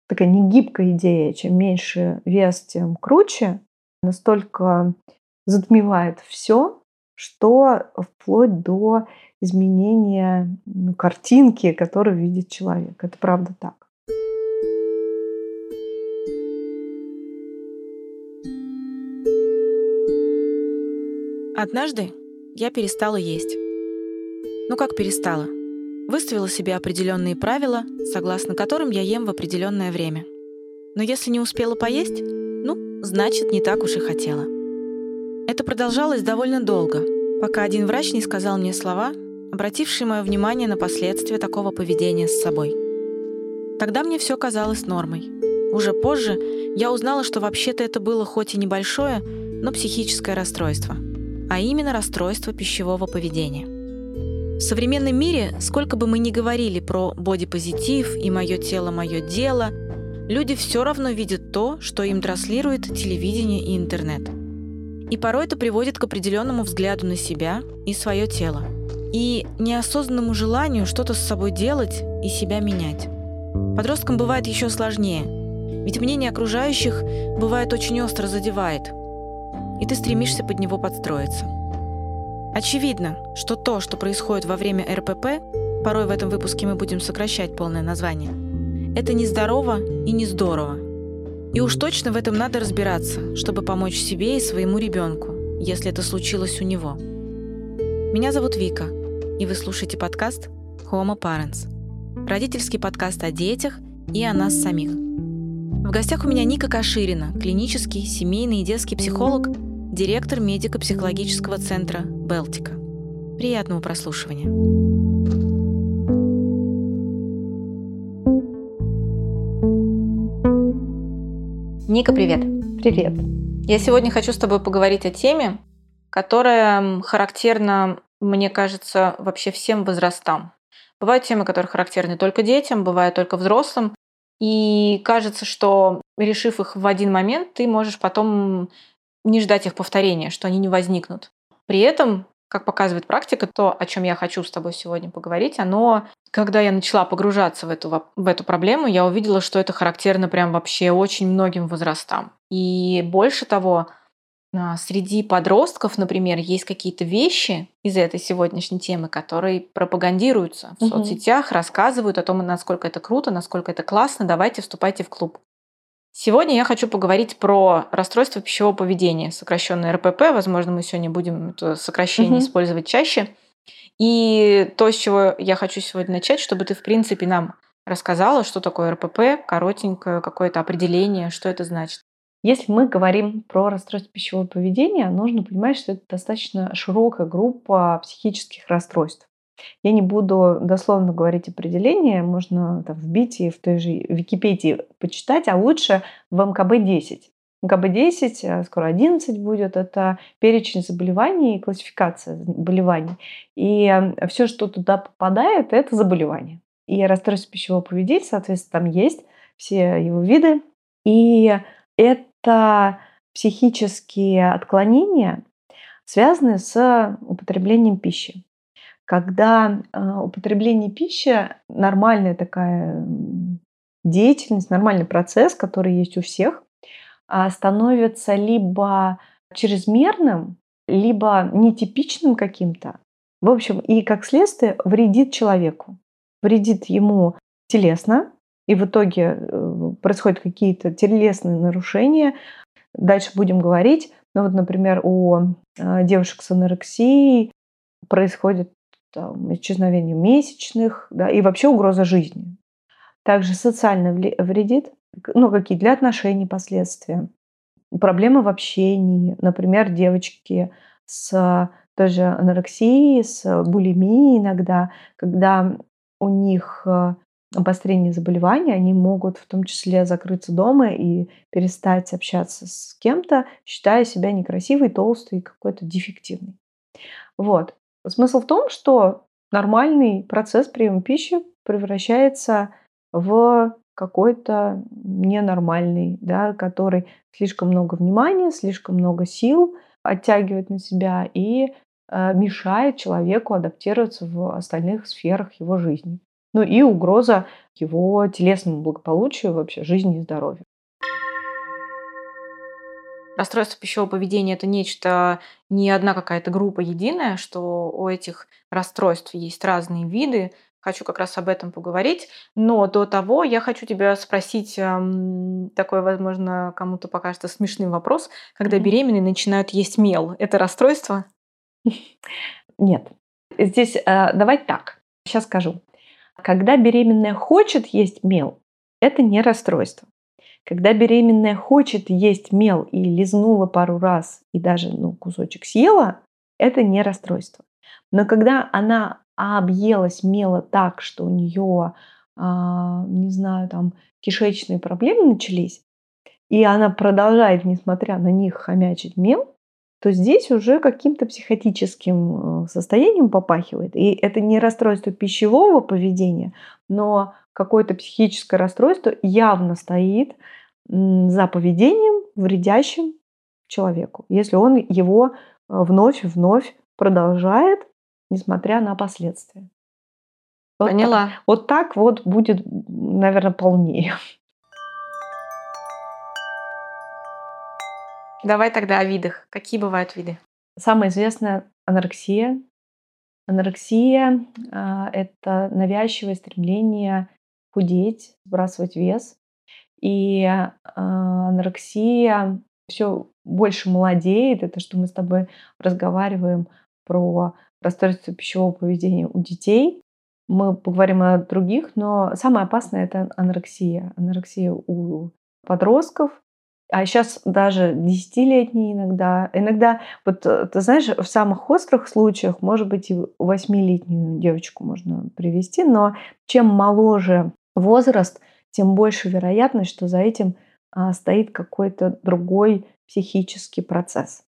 такая негибкая идея. Чем меньше вес, тем круче. Настолько затмевает все, что вплоть до изменения, картинки, которую видит человек. Это правда так. Однажды я перестала есть. Ну как перестала? Выставила себе определенные правила, согласно которым я ем в определенное время. Но если не успела поесть, значит, не так уж и хотела. Это продолжалось довольно долго, пока один врач не сказал мне слова, обратившие мое внимание на последствия такого поведения с собой. Тогда мне все казалось нормой. Уже позже я узнала, что вообще-то это было хоть и небольшое, но психическое расстройство, а именно расстройство пищевого поведения. В современном мире, сколько бы мы ни говорили про бодипозитив и «моё тело, моё дело», люди все равно видят то, что им транслирует телевидение и интернет. И порой это приводит к определенному взгляду на себя и свое тело, и неосознанному желанию что-то с собой делать и себя менять. Подросткам бывает еще сложнее, ведь мнение окружающих бывает очень остро задевает, и ты стремишься под него подстроиться. Очевидно, что то, что происходит во время РПП, порой в этом выпуске мы будем сокращать полное название, это нездорово и не здорово. И уж точно в этом надо разбираться, чтобы помочь себе и своему ребенку, если это случилось у него. Меня зовут Вика, и вы слушаете подкаст Homo Parents, родительский подкаст о детях и о нас самих. В гостях у меня Ника Каширина, клинический, семейный и детский психолог, директор медико-психологического центра Белтика. Приятного прослушивания. Ника, привет. Привет. Я сегодня хочу с тобой поговорить о теме, которая характерна, мне кажется, вообще всем возрастам. Бывают темы, которые характерны только детям, бывают только взрослым. И кажется, что, решив их в один момент, ты можешь потом не ждать их повторения, что они не возникнут. При этом, как показывает практика, то, о чем я хочу с тобой сегодня поговорить, когда я начала погружаться в эту проблему, я увидела, что это характерно прям вообще очень многим возрастам. И больше того, среди подростков, например, есть какие-то вещи из этой сегодняшней темы, которые пропагандируются в соцсетях, рассказывают о том, насколько это круто, насколько это классно, давайте вступайте в клуб. Сегодня я хочу поговорить про расстройство пищевого поведения, сокращенное РПП. Возможно, мы сегодня будем это сокращение использовать чаще. И то, с чего я хочу сегодня начать, чтобы ты, в принципе, нам рассказала, что такое РПП, коротенькое какое-то определение, что это значит. Если мы говорим про расстройство пищевого поведения, нужно понимать, что это достаточно широкая группа психических расстройств. Я не буду дословно говорить определение, можно вбить и в той же Википедии почитать, а лучше в МКБ-10. МКБ-10, скоро 11 будет, это перечень заболеваний и классификация заболеваний. И все, что туда попадает, это заболевание. И расстройство пищевого поведения, соответственно, там есть все его виды. И это психические отклонения, связанные с употреблением пищи. Когда употребление пищи нормальная такая деятельность, нормальный процесс, который есть у всех, становится либо чрезмерным, либо нетипичным каким-то. В общем, и как следствие вредит человеку. Вредит ему телесно, и в итоге происходят какие-то телесные нарушения. Дальше будем говорить. Например, у девушек с анорексией происходит исчезновение месячных, да, и вообще угроза жизни. Также социально вредит, какие для отношений последствия. Проблемы в общении. Например, девочки с той же анорексией, с булимией иногда, когда у них обострение заболевания, они могут в том числе закрыться дома и перестать общаться с кем-то, считая себя некрасивой, толстой, какой-то дефективной. Вот. Смысл в том, что нормальный процесс приема пищи превращается в какой-то ненормальный, да, который слишком много внимания, слишком много сил оттягивает на себя и мешает человеку адаптироваться в остальных сферах его жизни. Ну и угроза его телесному благополучию, вообще жизни и здоровью. Расстройство пищевого поведения — это нечто, не одна какая-то группа единая, что у этих расстройств есть разные виды. Хочу как раз об этом поговорить. Но до того я хочу тебя спросить такой, возможно, кому-то покажется смешным вопрос. Когда Мгм. беременные начинают есть мел, это расстройство? Нет. Здесь, давай так, сейчас скажу. Когда беременная хочет есть мел, это не расстройство. Когда беременная хочет есть мел и лизнула пару раз, и даже кусочек съела, это не расстройство. Но когда она объелась мела так, что у нее, не знаю, там кишечные проблемы начались, и она продолжает, несмотря на них, хомячить мел, то здесь уже каким-то психотическим состоянием попахивает. И это не расстройство пищевого поведения, но какое-то психическое расстройство явно стоит за поведением, вредящим человеку, если он его вновь и вновь продолжает, несмотря на последствия. Вот, Поняла. вот так вот будет, наверное, полнее. Давай тогда о видах. Какие бывают виды? Самая известная анорексия. Анорексия это навязчивое стремление худеть, сбрасывать вес. И анорексия все больше молодеет. Это что мы с тобой разговариваем про расстройство пищевого поведения у детей. Мы поговорим о других, но самое опасное — это анорексия. Анорексия у подростков, а сейчас даже десятилетние иногда. Иногда, вот ты знаешь, в самых острых случаях, может быть, и 8-летнюю девочку можно привести, но чем моложе возраст, тем больше вероятность, что за этим стоит какой-то другой психический процесс.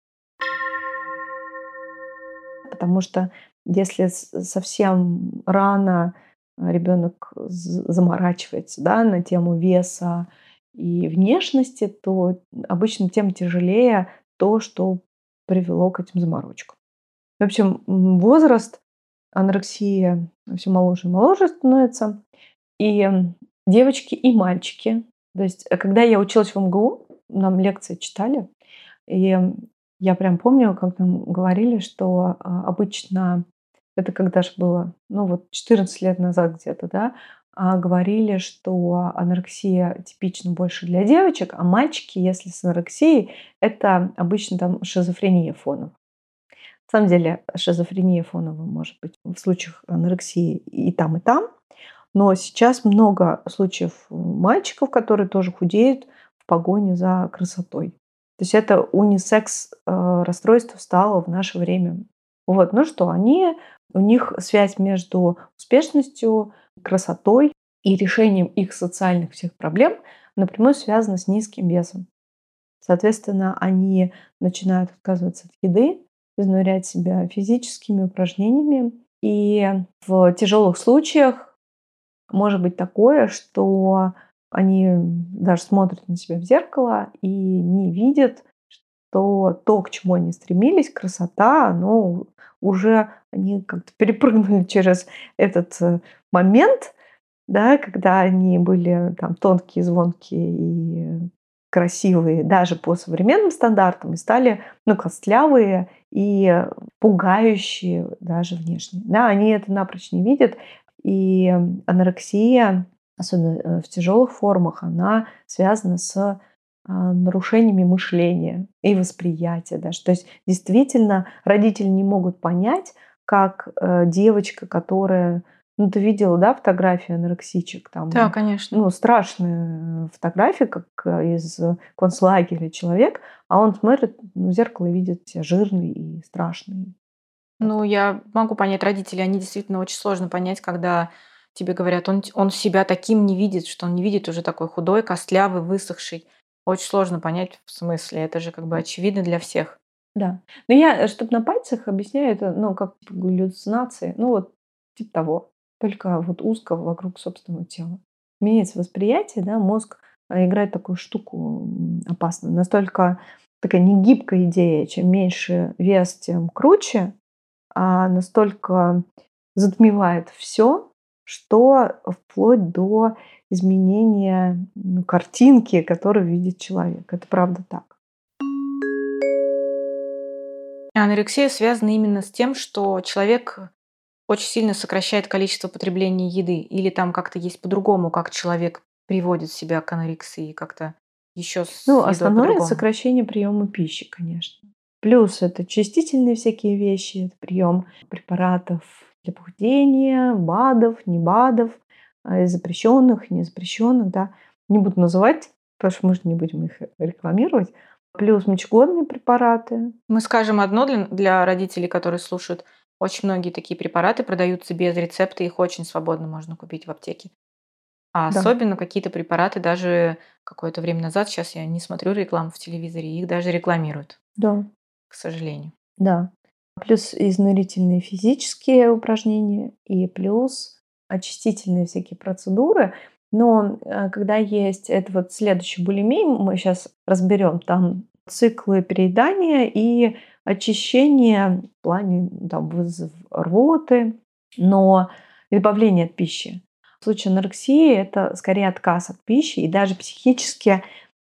Потому что если совсем рано ребенок заморачивается, да, на тему веса и внешности, то обычно тем тяжелее то, что привело к этим заморочкам. В общем, возраст анорексия все моложе и моложе становится. И девочки, и мальчики. То есть, когда я училась в МГУ, нам лекции читали, и я прям помню, как нам говорили, что обычно, это когда же было, 14 лет назад где-то, да, говорили, что анорексия типична больше для девочек, а мальчики, если с анорексией, это обычно там шизофрения фоновая. На самом деле шизофрения фоновая может быть в случаях анорексии и там, и там. Но сейчас много случаев у мальчиков, которые тоже худеют в погоне за красотой. То есть это унисекс расстройство стало в наше время. Вот, ну что, у них связь между успешностью, красотой и решением их социальных всех проблем напрямую связана с низким весом. Соответственно, они начинают отказываться от еды, изнурять себя физическими упражнениями. И в тяжелых случаях может быть такое, что они даже смотрят на себя в зеркало и не видят, что то, к чему они стремились, красота, уже они как-то перепрыгнули через этот момент, да, когда они были там тонкие, звонкие и красивые даже по современным стандартам и стали, костлявые и пугающие даже внешне. Да, они это напрочь не видят. И анорексия, особенно в тяжелых формах, она связана с нарушениями мышления и восприятия даже. То есть действительно родители не могут понять, как девочка, которая, ты видела, да, фотографии анорексичек, Да, там, конечно. страшные фотографии, как из концлагеря человек, а он смотрит в зеркало и видит себя жирный и страшный. Ну, я могу понять родителей. Они действительно очень сложно понять, когда тебе говорят, он себя таким не видит, что он не видит уже такой худой, костлявый, высохший. Очень сложно понять в смысле. Это же как бы очевидно для всех. Да. Но я, чтобы на пальцах, объясняю это, как типа галлюцинации, вот типа того, только вот узко вокруг собственного тела. Меняется восприятие, да, мозг играет такую штуку опасную. Настолько такая негибкая идея, чем меньше вес, тем круче, а настолько затмевает все, что вплоть до изменения картинки, которую видит человек. Это правда так. Анорексия связана именно с тем, что человек очень сильно сокращает количество потребления еды, или там как-то есть по-другому, как человек приводит себя к анорексии, как-то еще с Ну, едой основное по-другому. сокращение приема пищи, конечно. Плюс это чувствительные всякие вещи, это прием препаратов для похудения, БАДов, не БАДов, запрещенных, не запрещенных, да. Не буду называть, потому что мы же не будем их рекламировать. Плюс мочегонные препараты. Мы скажем одно для родителей, которые слушают. Очень многие такие препараты продаются без рецепта, их очень свободно можно купить в аптеке. А Да, особенно какие-то препараты даже какое-то время назад, сейчас я не смотрю рекламу в телевизоре, их даже рекламируют, да, к сожалению. да. Плюс изнурительные физические упражнения и плюс очистительные всякие процедуры. Но когда есть это вот следующий булимия, мы сейчас разберем, там циклы переедания и очищение в плане там, вызов рвоты, но избавление от пищи. В случае анорексии это скорее отказ от пищи, и даже психически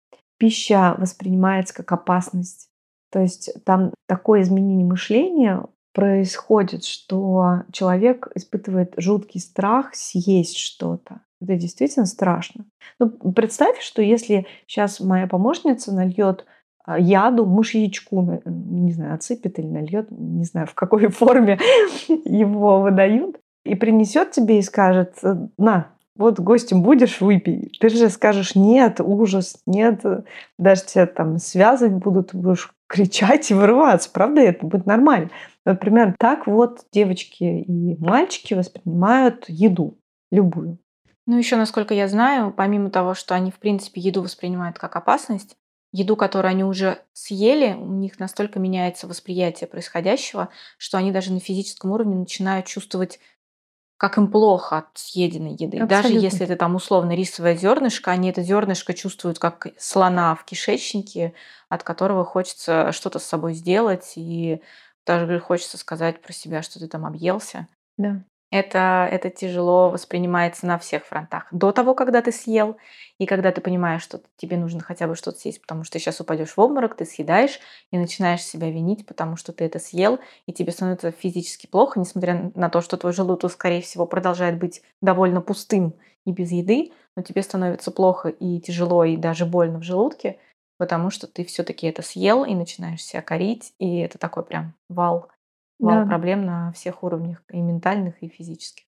пища воспринимается как опасность. То есть там такое изменение мышления происходит, что человек испытывает жуткий страх съесть что-то. Это действительно страшно. Ну, представь, что если сейчас моя помощница нальет яду, мышьячку, не знаю, отсыпет или нальет, не знаю, в какой форме его выдают, и принесет тебе и скажет: на, вот гостем будешь, выпей. Ты же скажешь: нет, ужас, нет. Даже тебя там связывать будут, ты будешь кричать и вырываться. Правда, это будет нормально. Например, так вот девочки и мальчики воспринимают еду любую. Ну, еще, насколько я знаю, помимо того, что они, в принципе, еду воспринимают как опасность, еду, которую они уже съели, у них настолько меняется восприятие происходящего, что они даже на физическом уровне начинают чувствовать, как им плохо от съеденной еды. Даже Абсолютно. если это там условно рисовое зернышко, они это зернышко чувствуют как слона в кишечнике, от которого хочется что-то с собой сделать, и даже хочется сказать про себя, что ты там объелся. Да. Это тяжело воспринимается на всех фронтах. До того, когда ты съел, и когда ты понимаешь, что тебе нужно хотя бы что-то съесть, потому что ты сейчас упадешь в обморок, ты съедаешь и начинаешь себя винить, потому что ты это съел, и тебе становится физически плохо, несмотря на то, что твой желудок, скорее всего, продолжает быть довольно пустым и без еды, но тебе становится плохо и тяжело, и даже больно в желудке, потому что ты все-таки это съел и начинаешь себя корить, и это такой прям вал Да. проблем на всех уровнях, и ментальных, и физических.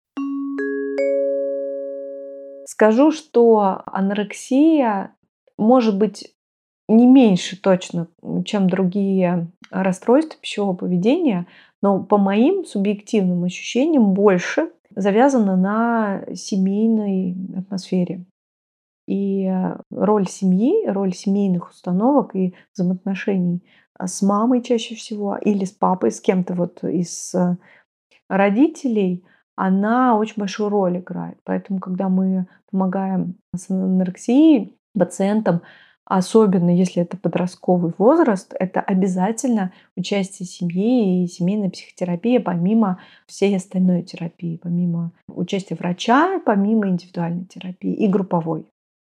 Скажу, что анорексия может быть не меньше точно, чем другие расстройства пищевого поведения, но по моим субъективным ощущениям больше завязано на семейной атмосфере. И роль семьи, роль семейных установок и взаимоотношений с мамой чаще всего или с папой, с кем-то вот из родителей, она очень большую роль играет. Поэтому, когда мы помогаем с анорексией пациентам, особенно если это подростковый возраст, это обязательно участие семьи и семейная психотерапия, помимо всей остальной терапии, помимо участия врача, помимо индивидуальной терапии и групповой.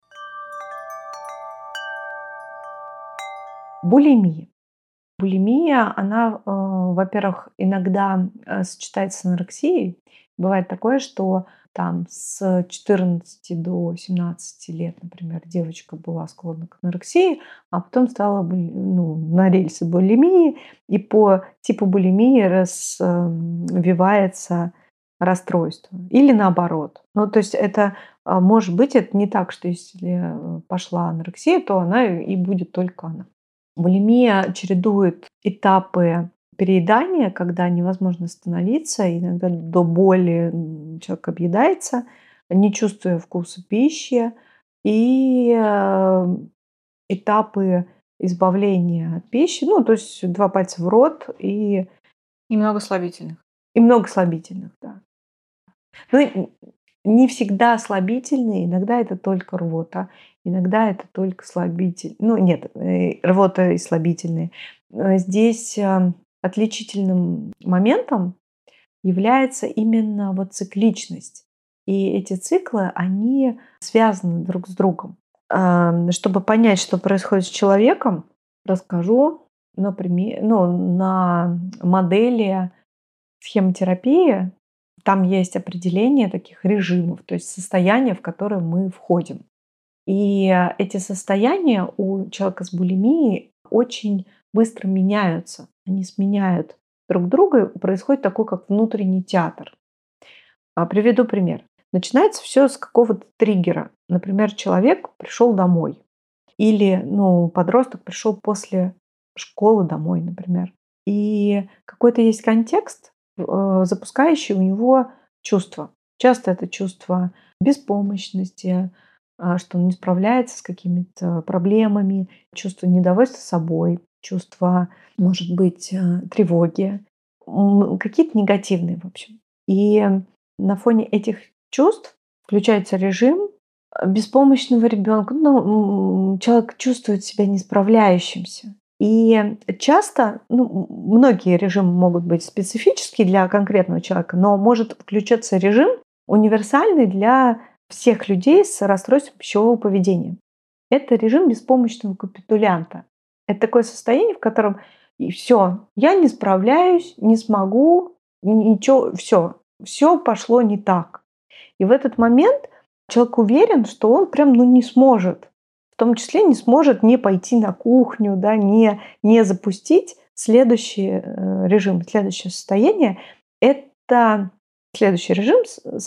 Булимия. Булимия, она, во-первых, иногда, сочетается с анорексией. Бывает такое, что там с 14 до 17 лет, например, девочка была склонна к анорексии, а потом стала на рельсы булимии, и по типу булимии развивается расстройство. Или наоборот. Ну, то есть это, может быть, это не так, что если, пошла анорексия, то она и будет только она. Булимия чередует этапы переедания, когда невозможно остановиться, иногда до боли человек объедается, не чувствуя вкуса пищи, и этапы избавления от пищи, ну, то есть 2 пальца в рот И много слабительных. и много слабительных, да. Ну, не всегда слабительные, иногда это только рвота, иногда это только слабитель. Ну, нет, рвота и слабительные. Здесь отличительным моментом является именно вот цикличность. И эти циклы, они связаны друг с другом. Чтобы понять, что происходит с человеком, расскажу на модели схемотерапии. Там есть определение таких режимов, то есть состояния, в которые мы входим. И эти состояния у человека с булимией очень быстро меняются. Они сменяют друг друга, и происходит такой, как внутренний театр. Приведу пример. Начинается все с какого-то триггера. Например, человек пришел домой. Или подросток пришел после школы домой, например. И какой-то есть контекст, запускающий у него чувство. Часто это чувство беспомощности, что он не справляется с какими-то проблемами, чувство недовольства собой, чувство, может быть, тревоги, какие-то негативные, в общем. И на фоне этих чувств включается режим беспомощного ребенка. Человек чувствует себя не справляющимся. И часто, многие режимы могут быть специфические для конкретного человека, но может включаться режим универсальный для всех людей с расстройством пищевого поведения. Это режим беспомощного капитулянта. Это такое состояние, в котором все, я не справляюсь, не смогу, ничего, все пошло не так. И в этот момент человек уверен, что он прям не сможет. В том числе не сможет не пойти на кухню, да, не запустить следующий режим, следующее состояние. Это следующий режим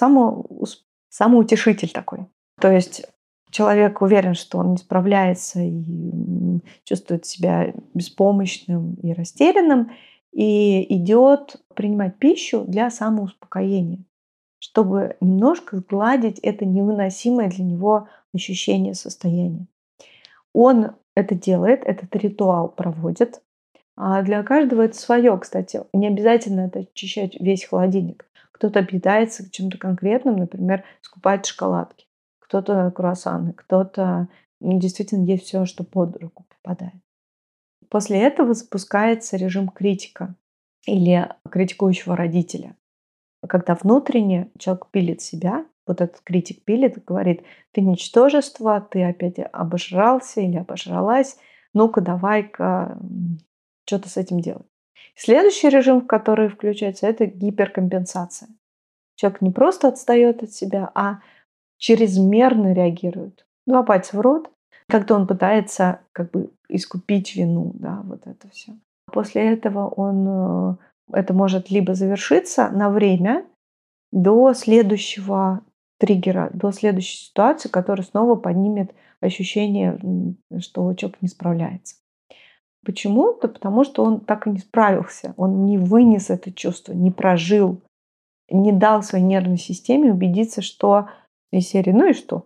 самоутешитель такой. То есть человек уверен, что он не справляется и чувствует себя беспомощным и растерянным, и идет принимать пищу для самоуспокоения, чтобы немножко сгладить это невыносимое для него ощущение состояния. Он это делает, этот ритуал проводит. А для каждого это свое, кстати. Не обязательно это очищать весь холодильник. Кто-то питается чем-то конкретным, например, скупает шоколадки, кто-то круассаны, кто-то действительно ест все, что под руку попадает. После этого запускается режим критика или критикующего родителя. Когда внутренне человек пилит себя, вот этот критик пилит и говорит: ты ничтожество, ты опять обожрался или обожралась, ну-ка давай-ка что-то с этим делать. Следующий режим, в который включается, это гиперкомпенсация. Человек не просто отстает от себя, а чрезмерно реагирует. Два пальца в рот, когда он пытается искупить вину, да, вот это все. После этого это может либо завершиться на время до следующего триггера, до следующей ситуации, которая снова поднимет ощущение, что человек не справляется. Почему? Да потому что он так и не справился, он не вынес это чувство, не прожил, не дал своей нервной системе убедиться, что из серии «ну и что?»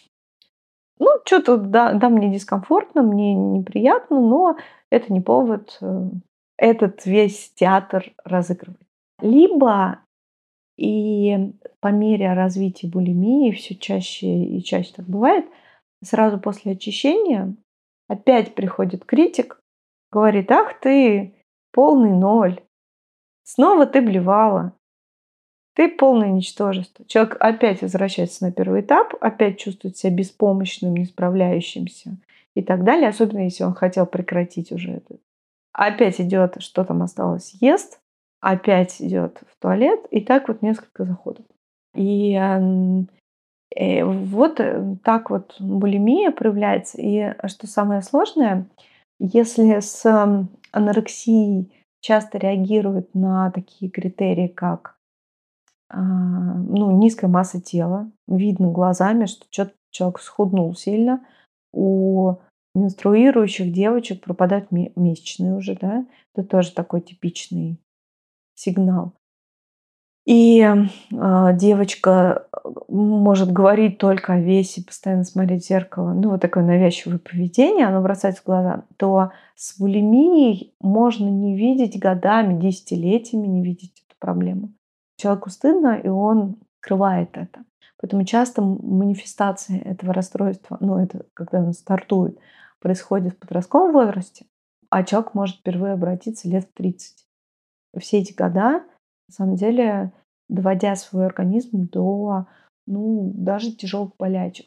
Что-то, да, мне дискомфортно, мне неприятно, но это не повод этот весь театр разыгрывать. Либо и по мере развития булимии все чаще и чаще так бывает, сразу после очищения опять приходит критик, говорит: ах ты, полный ноль, снова ты блевала, ты полное ничтожество. Человек опять возвращается на первый этап, опять чувствует себя беспомощным, не справляющимся и так далее, особенно если он хотел прекратить уже это. Опять идет, что там осталось, ест, опять идет в туалет, и так вот несколько заходов. И так вот булимия проявляется. И что самое сложное, если с анорексией часто реагируют на такие критерии, как низкая масса тела, видно глазами, что человек схуднул сильно. У менструирующих девочек пропадают месячные уже, да, это тоже такой типичный сигнал. И девочка может говорить только о весе, постоянно смотреть в зеркало, вот такое навязчивое поведение, оно бросается в глаза, то с булимией можно не видеть годами, десятилетиями не видеть эту проблему. Человеку стыдно, и он скрывает это. Поэтому часто манифестация этого расстройства, это когда он стартует, происходит в подростковом возрасте, а человек может впервые обратиться лет в 30. Все эти года, на самом деле, доводя свой организм до даже тяжелых болячек.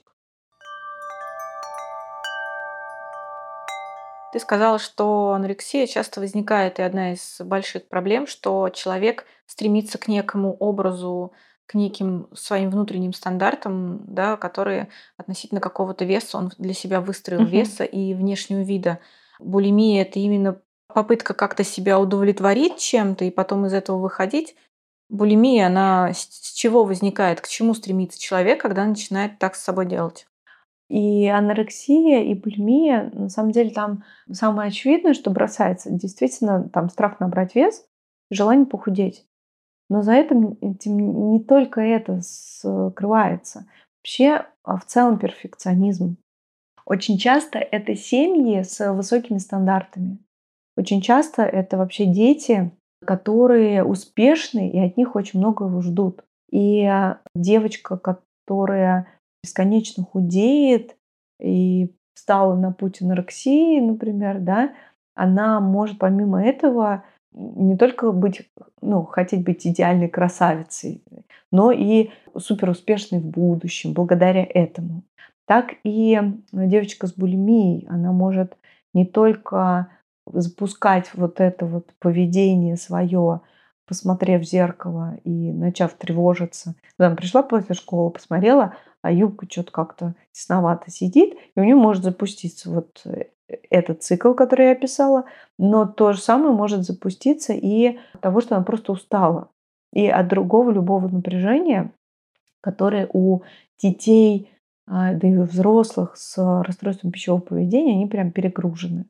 Ты сказала, что анорексия часто возникает, и одна из больших проблем, что человек стремится к некому образу, к неким своим внутренним стандартам, да, которые относительно какого-то веса он для себя выстроил Мгм. веса и внешнего вида. Булимия это именно попытка как-то себя удовлетворить чем-то и потом из этого выходить. Булимия, она с чего возникает, к чему стремится человек, когда начинает так с собой делать? И анорексия, и булимия, на самом деле, там самое очевидное, что бросается, действительно, там страх набрать вес, желание похудеть. Но за этим не только это скрывается. Вообще, в целом перфекционизм. Очень часто это семьи с высокими стандартами. Очень часто это вообще дети, которые успешны, и от них очень многого ждут. И девочка, которая бесконечно худеет и встала на путь анорексии, например, да, она может помимо этого не только хотеть быть идеальной красавицей, но и супер успешной в будущем благодаря этому. Так и девочка с булимией, она может не только запускать вот это вот поведение свое, посмотрев в зеркало и начав тревожиться. Там пришла после школы, посмотрела, а юбка что то как-то тесновато сидит, и у нее может запуститься этот цикл, который я описала, но то же самое может запуститься и от того, что она просто устала, и от другого любого напряжения, которое у детей, да и у взрослых с расстройством пищевого поведения, они прям перегружены.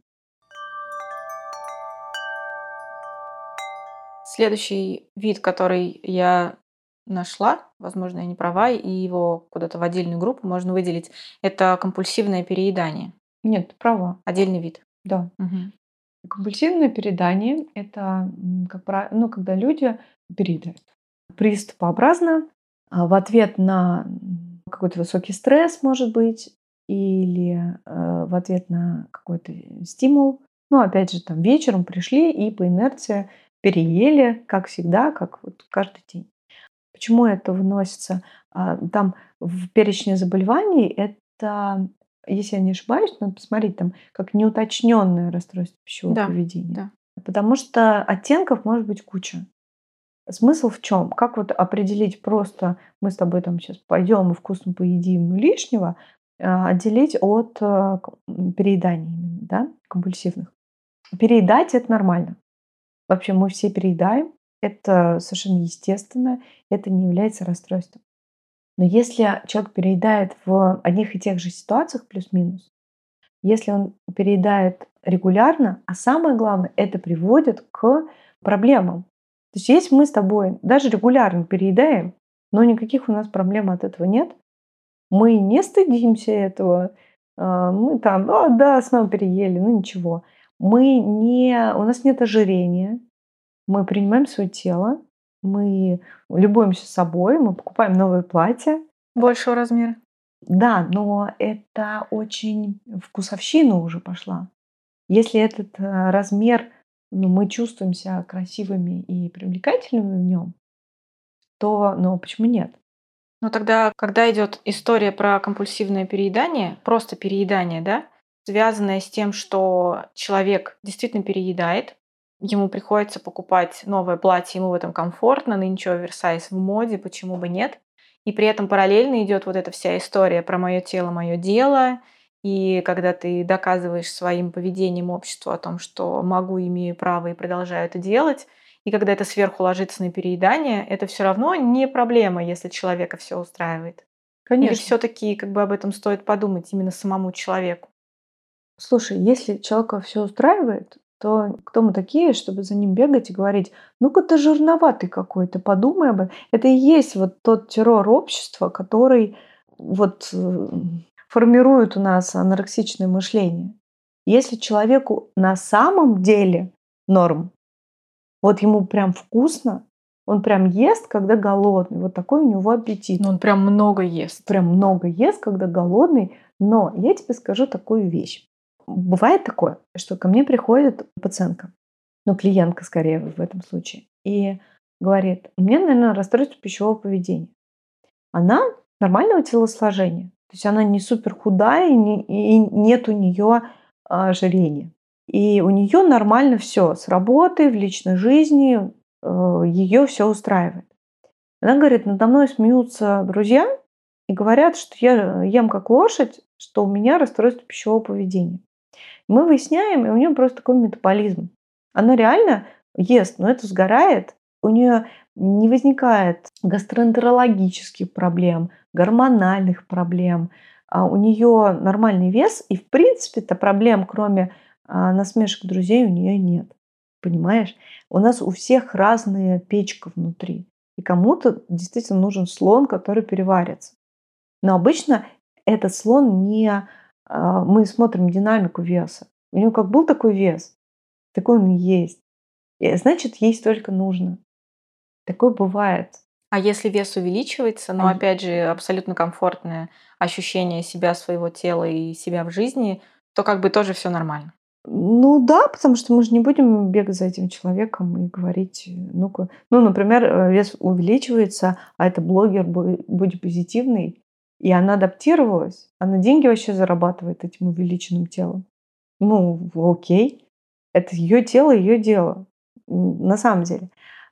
Следующий вид, который я нашла, возможно, я не права, и его куда-то в отдельную группу можно выделить, это компульсивное переедание. Нет, ты права, Отдельный вид. да. Мгм. Компульсивное переедание — это, когда люди переедают приступообразно, в ответ на, какой-то высокий стресс, может быть, или, в ответ на какой-то стимул. Ну, опять же, там вечером пришли и по инерции переели, как всегда, как вот каждый день. Почему это вносится? Там в перечне заболеваний это, если я не ошибаюсь, надо посмотреть, там как неуточненное расстройство пищевого Да, поведения. да. Потому что оттенков может быть куча. Смысл в чем? Как вот определить просто, мы с тобой там сейчас пойдем и вкусно поедим, но лишнего, отделить от перееданий именно, да, компульсивных. Переедать это нормально. Вообще мы все переедаем, это совершенно естественно, это не является расстройством. Но если человек переедает в одних и тех же ситуациях плюс-минус, если он переедает регулярно, а самое главное, это приводит к проблемам. То есть если мы с тобой даже регулярно переедаем, но никаких у нас проблем от этого нет, мы не стыдимся этого, мы там, да, снова переели, ну ничего. У нас нет ожирения, мы принимаем свое тело, мы любуемся собой, мы покупаем новые платья. Большего размера. Да, но это очень вкусовщина уже пошла. Если этот размер, мы чувствуем себя красивыми и привлекательными в нем, то, почему нет? Но тогда, когда идет история про компульсивное переедание, просто переедание, да, связанное с тем, что человек действительно переедает, ему приходится покупать новое платье, ему в этом комфортно, нынче оверсайз в моде, почему бы нет. И при этом параллельно идет вот эта вся история про мое тело, мое дело. И когда ты доказываешь своим поведением обществу о том, что могу, имею право и продолжаю это делать, и когда это сверху ложится на переедание, это все равно не проблема, если человека все устраивает. Или Конечно. все таки как бы об этом стоит подумать именно самому человеку? Слушай, если человека все устраивает, то кто мы такие, чтобы за ним бегать и говорить: "Ну-ка ты жирноватый какой-то, подумай об этом". Это и есть вот тот террор общества, который формирует у нас анорексичное мышление. Если человеку на самом деле норм, вот ему прям вкусно, он прям ест, когда голодный, вот такой у него аппетит. Ну, он прям много ест. Прям много ест, когда голодный. Но я тебе скажу такую вещь. Бывает такое, что ко мне приходит пациентка, клиентка скорее в этом случае, и говорит: "У меня, наверное, расстройство пищевого поведения". Она нормального телосложения. То есть она не супер худая и нет у нее ожирения. И у нее нормально все с работы, в личной жизни, ее все устраивает. Она говорит: надо мной смеются друзья и говорят, что я ем как лошадь, что у меня расстройство пищевого поведения. Мы выясняем, и у нее просто такой метаболизм. Она реально ест, но это сгорает. У нее не возникает гастроэнтерологических проблем, гормональных проблем. У нее нормальный вес, и в принципе-то проблем, кроме насмешек друзей, у нее нет. Понимаешь? У нас у всех разная печка внутри. И кому-то действительно нужен слон, который переварится. Но обычно этот слон не... Мы смотрим динамику веса. У него как был такой вес, такой он и есть. И значит, есть столько нужно. Такое бывает. А если вес увеличивается, но Ай, опять же абсолютно комфортное ощущение себя, своего тела и себя в жизни, то как бы тоже все нормально. Ну да, потому что мы же не будем бегать за этим человеком и говорить, ну-ка. Ну, например, вес увеличивается, а это блогер бодипозитивный, и она адаптировалась, она деньги вообще зарабатывает этим увеличенным телом. Ну, окей. Это ее тело, ее дело. На самом деле.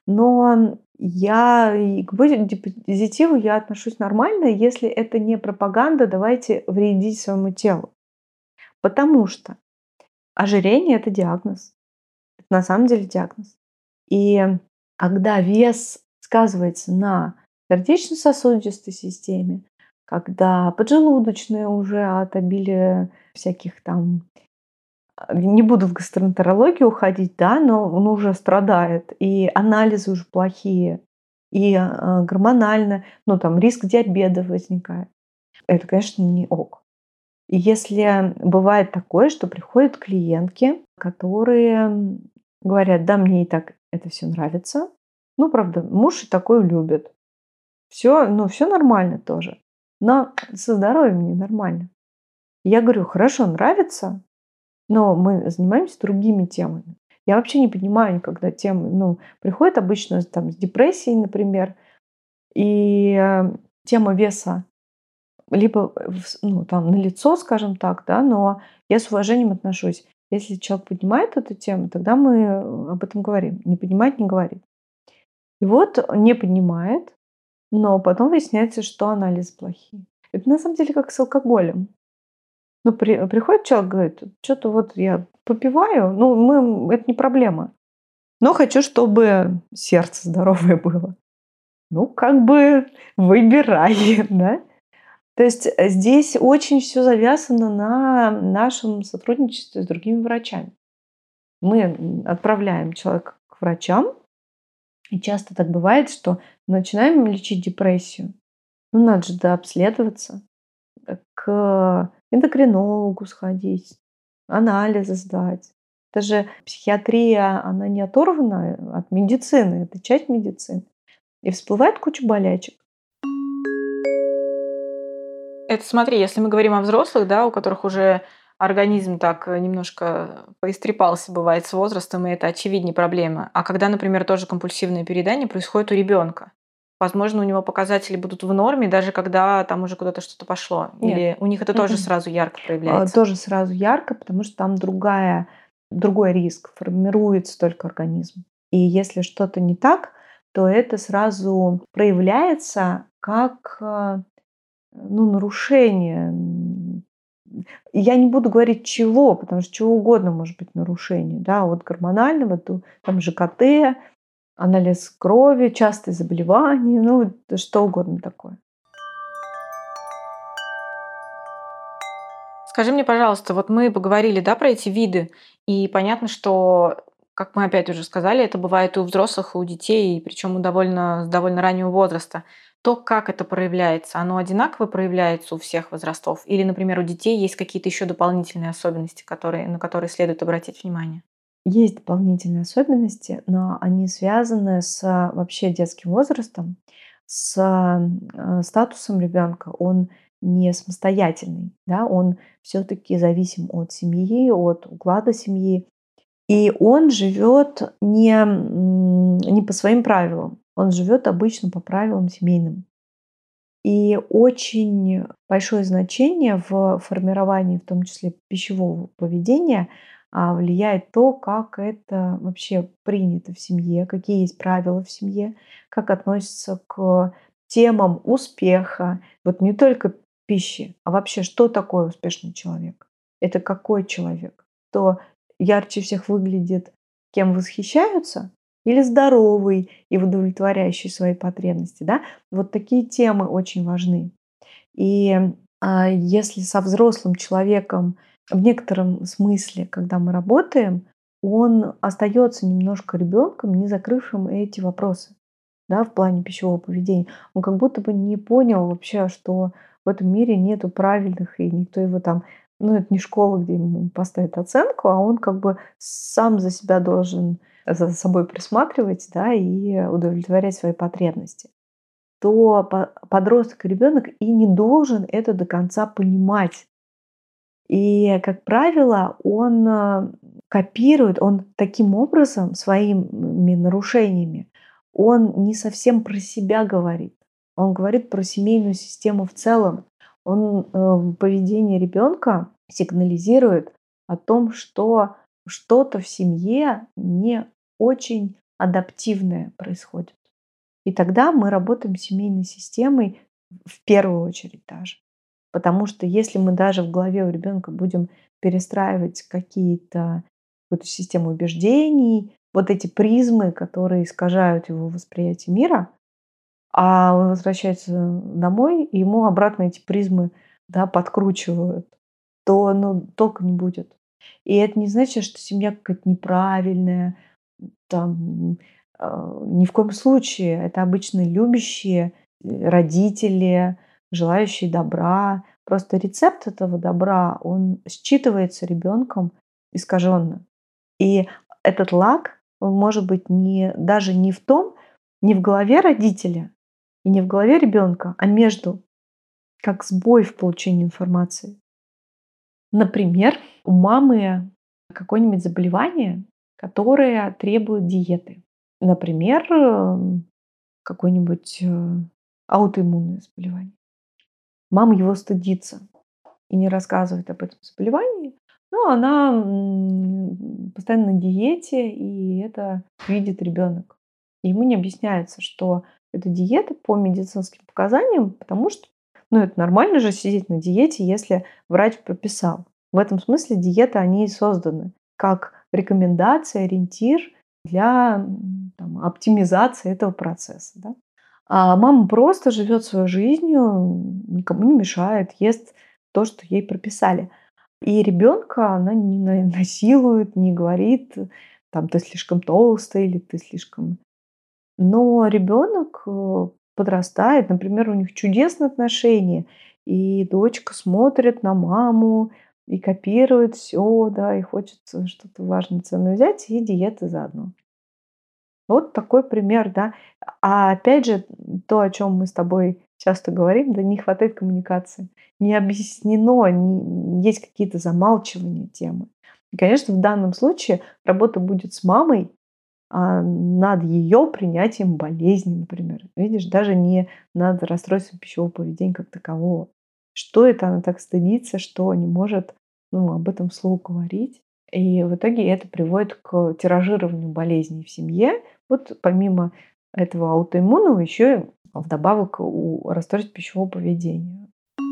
Но я и к бодипозитиву я отношусь нормально, если это не пропаганда, давайте вредить своему телу. Потому что ожирение — это диагноз. Это на самом деле диагноз. И когда вес сказывается на сердечно-сосудистой системе, когда поджелудочная уже от обилия всяких там, не буду в гастроэнтерологию уходить, да, но он уже страдает, и анализы уже плохие, и гормонально, ну там риск диабета возникает. Это, конечно, не ок. И если бывает такое, что приходят клиентки, которые говорят: да, мне и так это все нравится. Ну, правда, муж и такое любит. Все, ну, все нормально тоже. Но со здоровьем не нормально. Я говорю: хорошо, нравится, но мы занимаемся другими темами. Я вообще не понимаю никогда темы. Ну, приходят обычно там с депрессией, например, и тема веса либо ну, там налицо, скажем так, да, но я с уважением отношусь. Если человек поднимает эту тему, тогда мы об этом говорим. Не поднимает, не говорит. И вот не поднимает, но потом выясняется, что анализы плохие. Это на самом деле как с алкоголем. Ну, приходит человек, говорит: что-то вот я попиваю, ну, это не проблема. Но хочу, чтобы сердце здоровое было. Ну, как бы выбирай, да? То есть здесь очень все завязано на нашем сотрудничестве с другими врачами. Мы отправляем человека к врачам, и часто так бывает, что начинаем лечить депрессию. Ну, надо же дообследоваться, к эндокринологу сходить, анализы сдать. Это же психиатрия, она не оторвана от медицины, это часть медицины. И всплывает куча болячек. Это смотри, если мы говорим о взрослых, да, у которых уже организм так немножко поистрепался, бывает, с возрастом, и это очевиднее проблемы. А когда, например, тоже компульсивное переедание происходит у ребенка, возможно, у него показатели будут в норме, даже когда там уже куда-то что-то пошло. Нет. Или у них это тоже Мгм. сразу ярко проявляется. Тоже сразу ярко, потому что там другой риск, формируется только организм. И если что-то не так, то это сразу проявляется как ну, нарушение. Я не буду говорить чего, потому что чего угодно может быть нарушение. Да, от гормонального, там ЖКТ, анализ крови, частые заболевания, ну, что угодно такое. Скажи мне, пожалуйста, вот мы поговорили, да, про эти виды, и понятно, что, как мы опять уже сказали, это бывает и у взрослых, и у детей, причем с довольно раннего возраста. То, как это проявляется, оно одинаково проявляется у всех возрастов? Или, например, у детей есть какие-то еще дополнительные особенности, на которые следует обратить внимание? Есть дополнительные особенности, но они связаны с вообще детским возрастом, с статусом ребенка. Он не самостоятельный, да, он все-таки зависим от семьи, от уклада семьи. И он живет не по своим правилам, он живет обычно по правилам семейным. И очень большое значение в формировании, в том числе пищевого поведения, влияет то, как это вообще принято в семье, какие есть правила в семье, как относятся к темам успеха. Вот не только пищи, а вообще, что такое успешный человек? Это какой человек? Кто ярче всех выглядит, кем восхищаются, или здоровый и удовлетворяющий свои потребности, да? Вот такие темы очень важны. И, если со взрослым человеком в некотором смысле, когда мы работаем, он остается немножко ребенком, не закрывшим эти вопросы, да, в плане пищевого поведения. Он как будто бы не понял вообще, что в этом мире нету правильных, и никто его там, ну, это не школа, где ему поставят оценку, а он как бы сам за себя должен за собой присматривать, да, и удовлетворять свои потребности. То подросток и ребенок и не должен это до конца понимать. И, как правило, он копирует, он таким образом, своими нарушениями, он не совсем про себя говорит. Он говорит про семейную систему в целом. Он в поведении ребенка сигнализирует о том, что что-то в семье не очень адаптивное происходит. И тогда мы работаем с семейной системой в первую очередь даже. Потому что если мы даже в голове у ребенка будем перестраивать какую-то систему убеждений, вот эти призмы, которые искажают его восприятие мира, а он возвращается домой, и ему обратно эти призмы, да, подкручивают, то, ну, толка не будет. И это не значит, что семья какая-то неправильная, там, ни в коем случае. Это обычно любящие родители, желающие добра. Просто рецепт этого добра, он считывается ребенком искаженно. И этот лаг, он может быть даже не в том, не в голове родителя и не в голове ребенка, а между, как сбой в получении информации. Например, у мамы какое-нибудь заболевание, которое требует диеты. Например, какое-нибудь аутоиммунное заболевание. Мама его стыдится и не рассказывает об этом заболевании, но она постоянно на диете, и это видит ребенок. И ему не объясняется, что это диета по медицинским показаниям, потому что, ну, это нормально же сидеть на диете, если врач прописал. В этом смысле диеты, они и созданы как рекомендация, ориентир для там, оптимизации этого процесса. Да? А мама просто живет своей жизнью, никому не мешает, ест то, что ей прописали. И ребенка она не насилует, не говорит, там, ты слишком толстый или ты слишком. Но ребенок подрастает, например, у них чудесные отношения, и дочка смотрит на маму и копирует все, да, и хочется что-то важное, ценное взять, и диеты заодно. Вот такой пример, да. А опять же, то, о чем мы с тобой часто говорим, да, не хватает коммуникации. Не объяснено, есть какие-то замалчивания темы. И, конечно, в данном случае работа будет с мамой над ее принятием болезни, например. Видишь, даже не над расстройством пищевого поведения как такового. Что это она так стыдится, что не может, ну, об этом вслух говорить. И в итоге это приводит к тиражированию болезней в семье. Вот помимо этого аутоиммунного еще и вдобавок у расстройств пищевого поведения.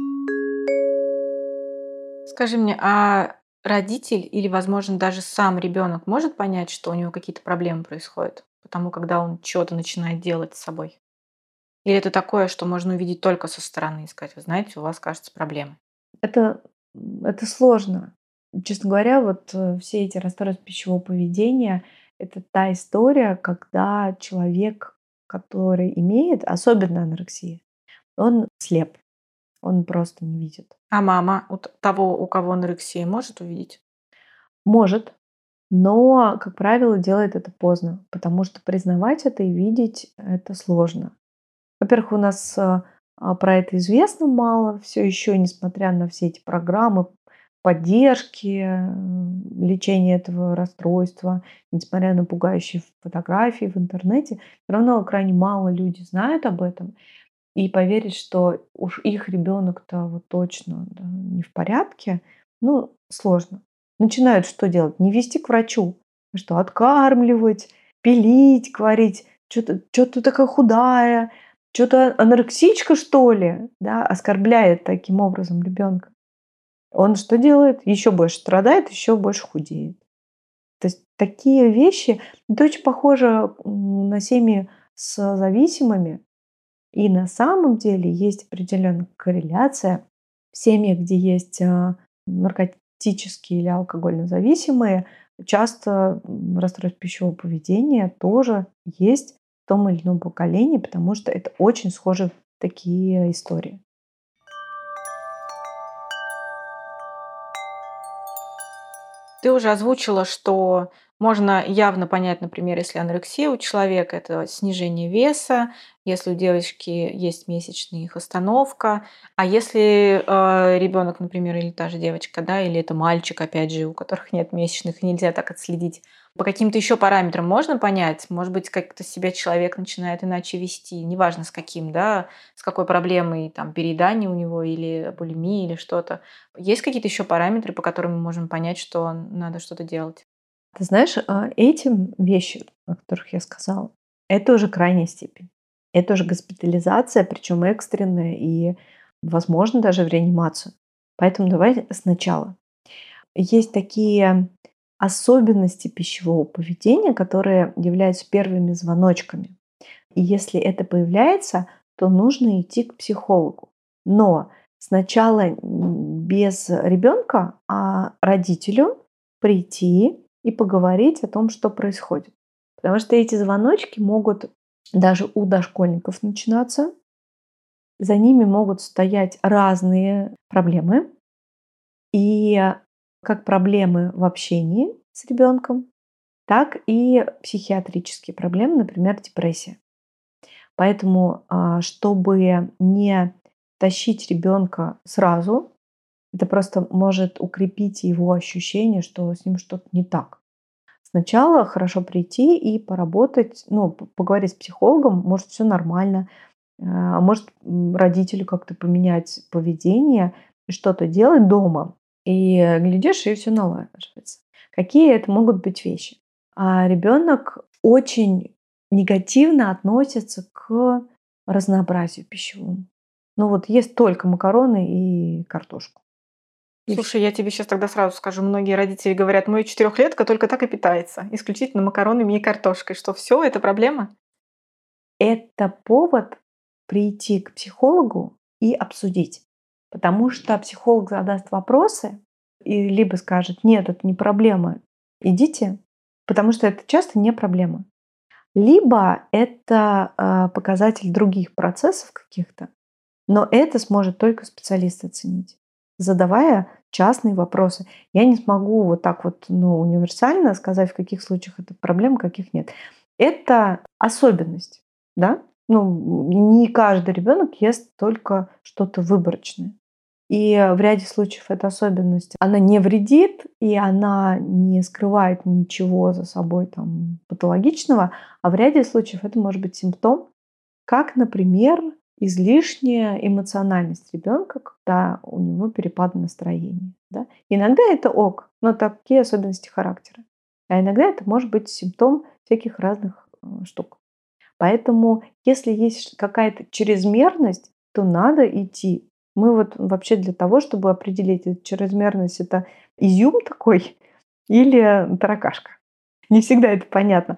Скажи мне, а родитель или, возможно, даже сам ребенок может понять, что у него какие-то проблемы происходят? Потому когда он что-то начинает делать с собой? Или это такое, что можно увидеть только со стороны и сказать: вы знаете, у вас, кажется, проблемы? Это, это сложно. Честно говоря, вот все эти расстройства пищевого поведения — это та история, когда человек, который имеет, особенно анорексия, он слеп, он просто не видит. А мама того, у кого анорексия, может увидеть? Может, но, как правило, делает это поздно, потому что признавать это и видеть это сложно. Во-первых, у нас про это известно мало все еще, несмотря на все эти программы поддержки, лечения этого расстройства, несмотря на пугающие фотографии в интернете, все равно крайне мало люди знают об этом. и поверить, что уж их ребенок-то вот точно, да, не в порядке, ну, сложно. Начинают что делать? Не вести к врачу, а что откармливать, пилить, говорить, что ты такая худая, что то анорексичка, что ли, да, оскорбляет таким образом ребенка. Он что делает? Еще больше страдает, еще больше худеет. То есть такие вещи, это очень похоже на семьи с зависимыми. И на самом деле есть определенная корреляция в семьях, где есть наркотические или алкогольно зависимые, часто расстройство пищевого поведения тоже есть в том или ином поколении, потому что это очень схожи такие истории. Ты уже озвучила, что можно явно понять, например, если анорексия у человека — это снижение веса, если у девочки есть месячные, их остановка, а если ребенок, например, или та же девочка, да, или это мальчик, опять же, у которых нет месячных, и нельзя так отследить, по каким-то еще параметрам можно понять? Может быть, как-то себя человек начинает иначе вести, неважно с каким, да, с какой проблемой, там, переедание у него или булимия или что-то. Есть какие-то еще параметры, по которым мы можем понять, что надо что-то делать? Ты знаешь, этим вещи, о которых я сказала, это уже крайняя степень. Это уже госпитализация, причем экстренная и, возможно, даже в реанимацию. Поэтому давай сначала. Есть такие особенности пищевого поведения, которые являются первыми звоночками. И если это появляется, то нужно идти к психологу. Но сначала без ребенка, а родителю прийти и поговорить о том, что происходит. Потому что эти звоночки могут даже у дошкольников начинаться. За ними могут стоять разные проблемы. И как проблемы в общении с ребенком, так и психиатрические проблемы, например, депрессия. Поэтому, чтобы не тащить ребенка сразу, это просто может укрепить его ощущение, что с ним что-то не так. Сначала хорошо прийти и поработать, ну, поговорить с психологом, может, все нормально, может, родителю как-то поменять поведение и что-то делать дома. И глядишь, и все налаживается. Какие это могут быть вещи? Ребенок очень негативно относится к разнообразию пищевому. Ну вот ест только макароны и картошку. И вс Слушай, я тебе сейчас тогда сразу скажу, многие родители говорят, мой четырехлетка только так и питается, исключительно макаронами и картошкой. Что все, это проблема? Это повод прийти к психологу и обсудить. Потому что психолог задаст вопросы и либо скажет: "Нет, это не проблема, идите", потому что это часто не проблема. Либо это, показатель других процессов каких-то, но это сможет только специалист оценить, задавая частные вопросы. Я не смогу вот так вот, ну, универсально сказать, в каких случаях это проблема, в каких нет. Это особенность, да. Ну, не каждый ребенок ест только что-то выборочное. И в ряде случаев эта особенность, она не вредит, и она не скрывает ничего за собой там патологичного, а в ряде случаев это может быть симптом, как, например, излишняя эмоциональность ребенка, когда у него перепады настроения. Да? Иногда это ок, но такие особенности характера. А иногда это может быть симптом всяких разных штук. Поэтому, если есть какая-то чрезмерность, то надо идти. Мы вот вообще для того, чтобы определить, это чрезмерность — это изюм такой или таракашка. Не всегда это понятно.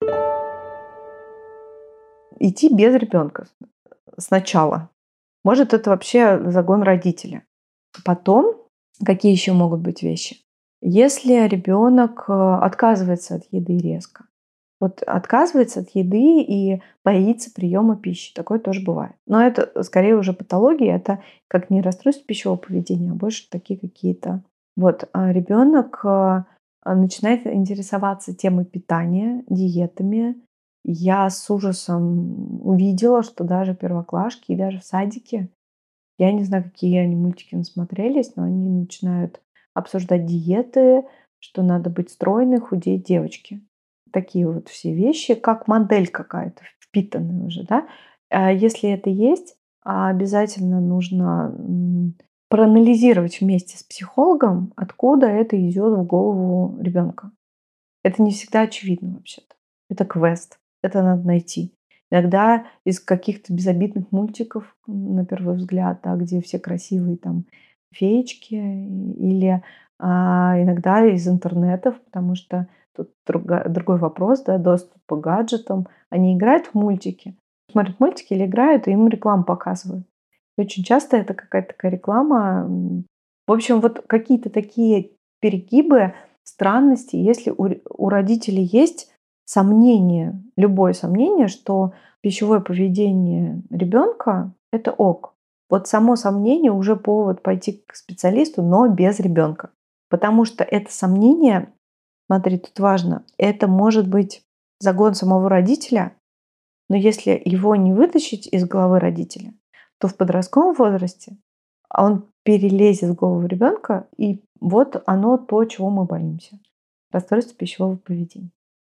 Идти без ребенка сначала. Может, это вообще загон родителя. Потом, какие еще могут быть вещи? Если ребенок отказывается от еды резко, вот отказывается от еды и боится приема пищи. Такое тоже бывает. Но это скорее уже патология, это как не расстройство пищевого поведения, а больше такие какие-то. Вот, ребенок начинает интересоваться темой питания, диетами. Я с ужасом увидела, что даже первоклашки и даже в садике, я не знаю, какие они мультики насмотрелись, но они начинают обсуждать диеты, что надо быть стройной, худеть девочки. Такие вот все вещи, как модель какая-то впитанная уже, да. Если это есть, обязательно нужно проанализировать вместе с психологом, откуда это идет в голову ребенка. Это не всегда очевидно вообще-то. Это квест, это надо найти. Иногда из каких-то безобидных мультиков, на первый взгляд, да, где все красивые там феечки, или иногда из интернетов, потому что тут другой вопрос, да, доступ к гаджетам. Они играют в мультики, смотрят мультики или играют, и им рекламу показывают. И очень часто это какая-то такая реклама. В общем, вот какие-то такие перегибы, странности, если у родителей есть сомнение, любое сомнение, что пищевое поведение ребенка это ок. Вот само сомнение уже повод пойти к специалисту, но без ребенка. Потому что это сомнение, смотри, тут важно, это может быть загон самого родителя, но если его не вытащить из головы родителя, то в подростковом возрасте он перелезет в голову ребенка, и вот оно то, чего мы боимся. Расстройство пищевого поведения.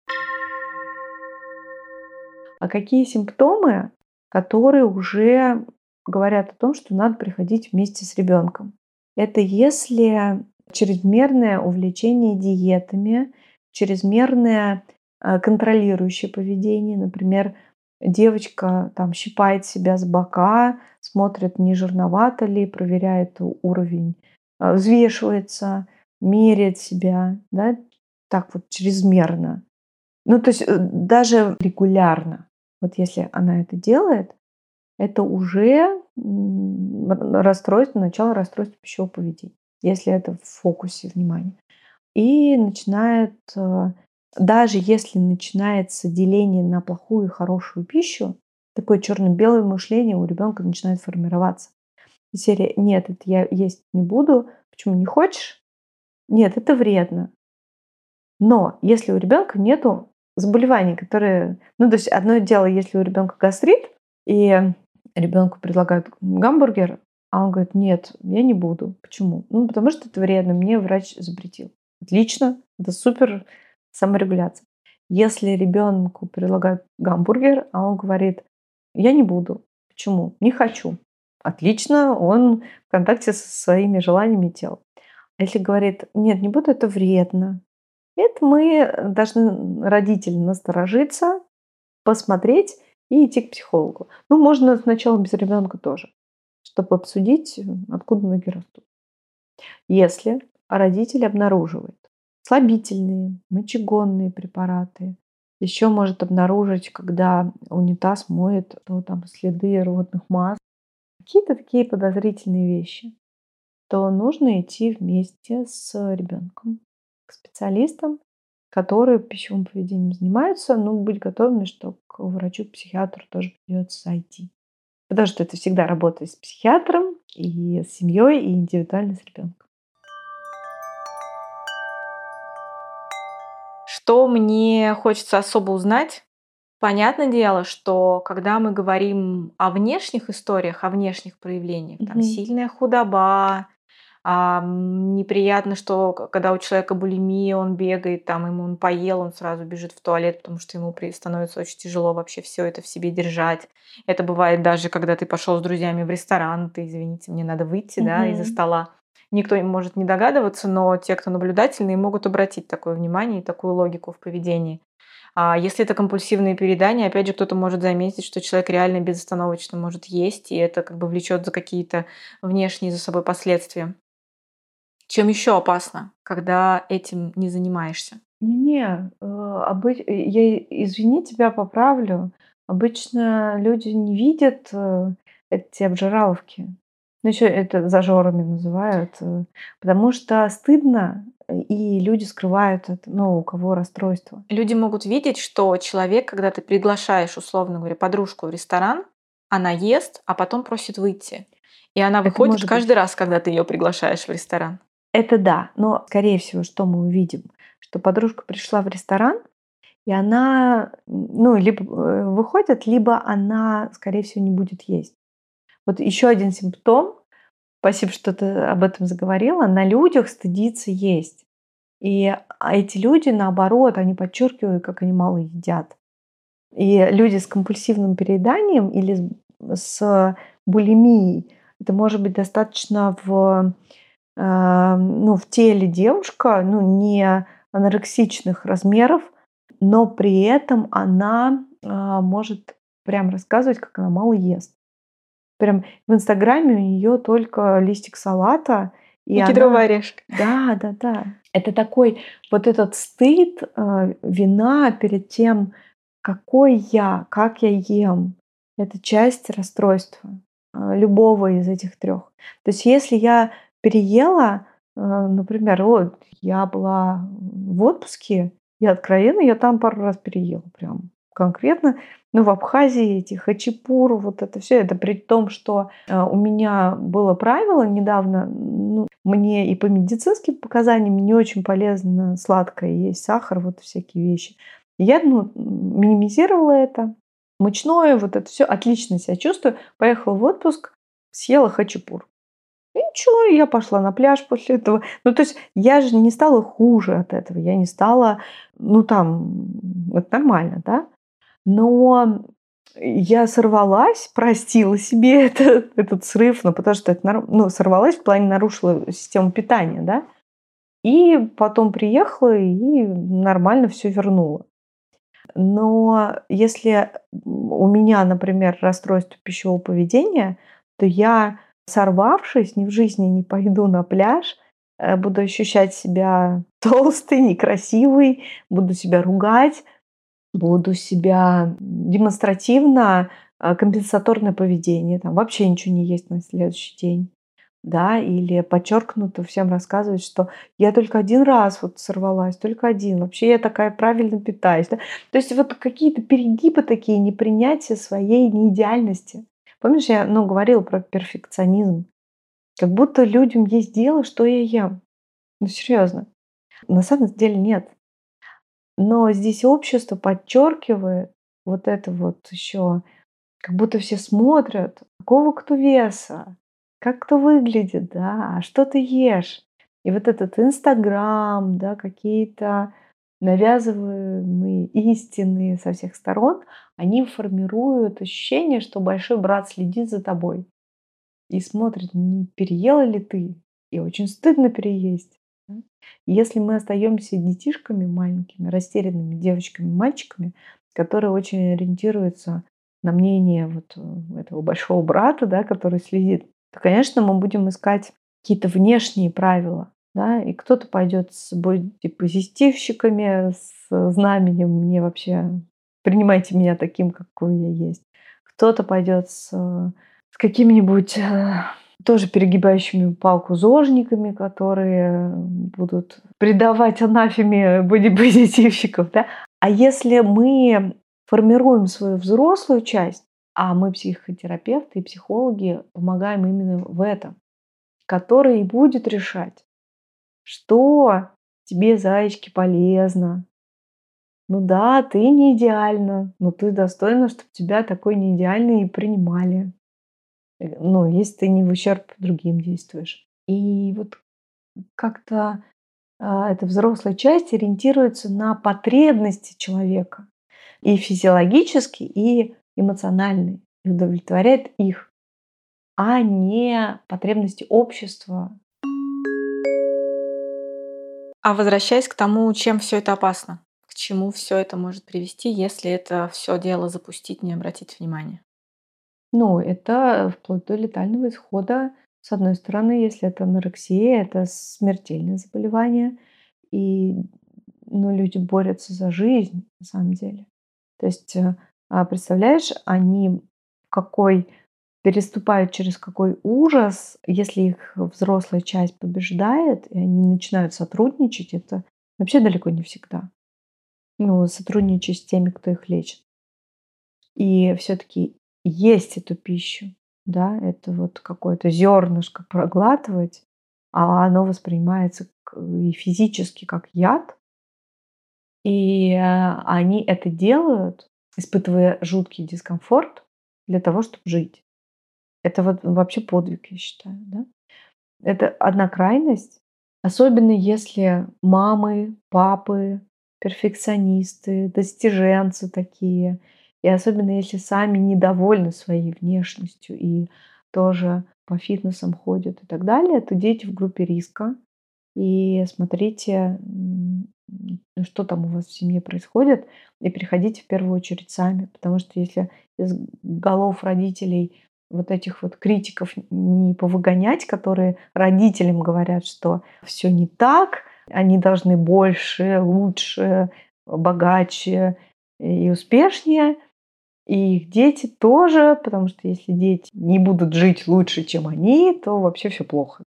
А какие симптомы, которые уже говорят о том, что надо приходить вместе с ребенком? Это если чрезмерное увлечение диетами, чрезмерное контролирующее поведение. Например, девочка там щипает себя с бока, смотрит, не жирновато ли, проверяет уровень, взвешивается, меряет себя, да, так вот чрезмерно. Ну, то есть даже регулярно. Вот если она это делает, это уже расстройство, начало расстройства пищевого поведения, если это в фокусе внимания. И начинает, даже если начинается деление на плохую и хорошую пищу, такое черно-белое мышление у ребенка начинает формироваться. Серия «нет, это я есть не буду». Почему не хочешь? Нет, это вредно. Но если у ребенка нету заболеваний, которые... Ну, то есть одно дело, если у ребенка гастрит, и ребенку предлагают гамбургер, а он говорит, нет, я не буду. Почему? Ну, потому что это вредно, мне врач запретил. Отлично, это супер саморегуляция. Если ребенку предлагают гамбургер, а он говорит, я не буду. Почему? Не хочу. Отлично, он в контакте со своими желаниями тела. А если говорит, нет, не буду, это вредно. Это мы должны, родители, насторожиться, посмотреть и идти к психологу. Ну, можно сначала без ребенка тоже, чтобы обсудить, откуда ноги растут. Если родитель обнаруживает слабительные, мочегонные препараты, еще может обнаружить, когда унитаз моет, то там следы рвотных масс, какие-то такие подозрительные вещи, то нужно идти вместе с ребенком к специалистам, которые пищевым поведением занимаются, но быть готовыми, что к врачу, к психиатру тоже придется зайти. Потому что это всегда работа с психиатром, и с семьей, и индивидуально с ребенком. Что мне хочется особо узнать? Понятное дело, что когда мы говорим о внешних историях, о внешних проявлениях, там Мгм. сильная худоба, неприятно, что когда у человека булимия, он бегает, там ему он поел, он сразу бежит в туалет, потому что ему становится очень тяжело вообще все это в себе держать. Это бывает даже, когда ты пошел с друзьями в ресторан, ты, извините, мне надо выйти, да, из-за Мгм. стола. Никто им может не догадываться, но те, кто наблюдательные, могут обратить такое внимание и такую логику в поведении. А если это компульсивные переедания, опять же, кто-то может заметить, что человек реально безостановочно может есть, и это как бы влечет за какие-то внешние за собой последствия. Чем еще опасно, когда этим не занимаешься? Не-не, я, извини, тебя поправлю. Обычно люди не видят эти обжираловки. Ну, еще это зажорами называют, потому что стыдно, и люди скрывают это, ну, у кого расстройство. Люди могут видеть, что человек, когда ты приглашаешь, условно говоря, подружку в ресторан, она ест, а потом просит выйти. И она Это выходит может быть. каждый раз, когда ты ее приглашаешь в ресторан. Это да, но, скорее всего, что мы увидим? Что подружка пришла в ресторан, и она, ну, либо выходит, либо она, скорее всего, не будет есть. Вот еще один симптом, спасибо, что ты об этом заговорила, на людях стыдится есть. И эти люди, наоборот, они подчеркивают, как они мало едят. И люди с компульсивным перееданием или с булимией. Это может быть достаточно в теле девушка, не анорексичных размеров, но при этом она может прям рассказывать, как она мало ест. Прям в "Инстаграме" у неё только листик салата, и И кедровый она орешек. да, да-да. Это такой вот этот стыд, вина перед тем, какой я, как я ем. Это часть расстройства, любого из этих трех. То есть если я переела, например, вот я была в отпуске, и откровенно я там пару раз переела прям конкретно. В Абхазии эти хачапур, вот это все, это при том, что, у меня было правило недавно, мне и по медицинским показаниям не очень полезно сладкое есть, сахар, вот всякие вещи. Я, минимизировала это. Мучное, вот это все, отлично себя чувствую. Поехала в отпуск, съела хачапур. И ничего, я пошла на пляж после этого. То есть я же не стала хуже от этого, я не стала, это нормально, да. Но я сорвалась, простила себе этот срыв, потому что это сорвалась в плане нарушила систему питания, да. И потом приехала и нормально все вернула. Но если у меня, например, расстройство пищевого поведения, то я, сорвавшись, ни в жизни не пойду на пляж, буду ощущать себя толстой, некрасивой, буду себя ругать, буду себя демонстративно, компенсаторное поведение, там вообще ничего не есть на следующий день, да, или подчеркнуто всем рассказывать, что я только один раз вот сорвалась, только один, вообще я такая правильно питаюсь, да. То есть вот какие-то перегибы такие, непринятие своей неидеальности. Помнишь, я, говорила про перфекционизм? Как будто людям есть дело, что я ем. Серьезно. На самом деле нет. Но здесь общество подчеркивает вот это вот еще, как будто все смотрят, какого кто веса, как кто выглядит, да, а что ты ешь. И вот этот "Инстаграм", да, какие-то навязываемые истины со всех сторон, они формируют ощущение, что большой брат следит за тобой и смотрит, не переела ли ты. И очень стыдно переесть. Да. Если мы остаемся детишками маленькими, растерянными девочками, мальчиками, которые очень ориентируются на мнение вот этого большого брата, да, который следит, то, конечно, мы будем искать какие-то внешние правила. Да, и кто-то пойдет с бодипозитивщиками, с знаменем «мне вообще принимайте меня таким, какой я есть». Кто-то пойдет с какими-нибудь, тоже перегибающими палку зожниками, которые будут предавать анафеме бодипозитивщиков, да. А если мы формируем свою взрослую часть, а мы психотерапевты и психологи помогаем именно в этом, который и будет решать, что тебе, зайчики, полезно. Да, ты не идеальна, но ты достойна, чтобы тебя такой неидеальной и принимали. Если ты не в ущерб другим действуешь. И вот как-то эта взрослая часть ориентируется на потребности человека и физиологически, и эмоциональные, и удовлетворяет их, а не потребности общества. А возвращаясь к тому, чем все это опасно, к чему все это может привести, если это все дело запустить, не обратить внимания? Это вплоть до летального исхода. С одной стороны, если это анорексия, это смертельное заболевание, и люди борются за жизнь на самом деле. То есть, представляешь, они какой переступают через какой ужас, если их взрослая часть побеждает, и они начинают сотрудничать, это вообще далеко не всегда. Сотрудничать с теми, кто их лечит. И все-таки есть эту пищу, да, это вот какое-то зернышко проглатывать, а оно воспринимается и физически как яд, и они это делают, испытывая жуткий дискомфорт для того, чтобы жить. Это вот вообще подвиг, я считаю, да. Это одна крайность, особенно если мамы, папы, перфекционисты, достиженцы такие, И особенно если сами недовольны своей внешностью и тоже по фитнесам ходят и так далее, то дети в группе риска. И смотрите, что там у вас в семье происходит, и приходите в первую очередь сами. Потому что если из голов родителей вот этих вот критиков не повыгонять, которые родителям говорят, что все не так, они должны больше, лучше, богаче и успешнее, и их дети тоже, потому что если дети не будут жить лучше, чем они, то вообще все плохо.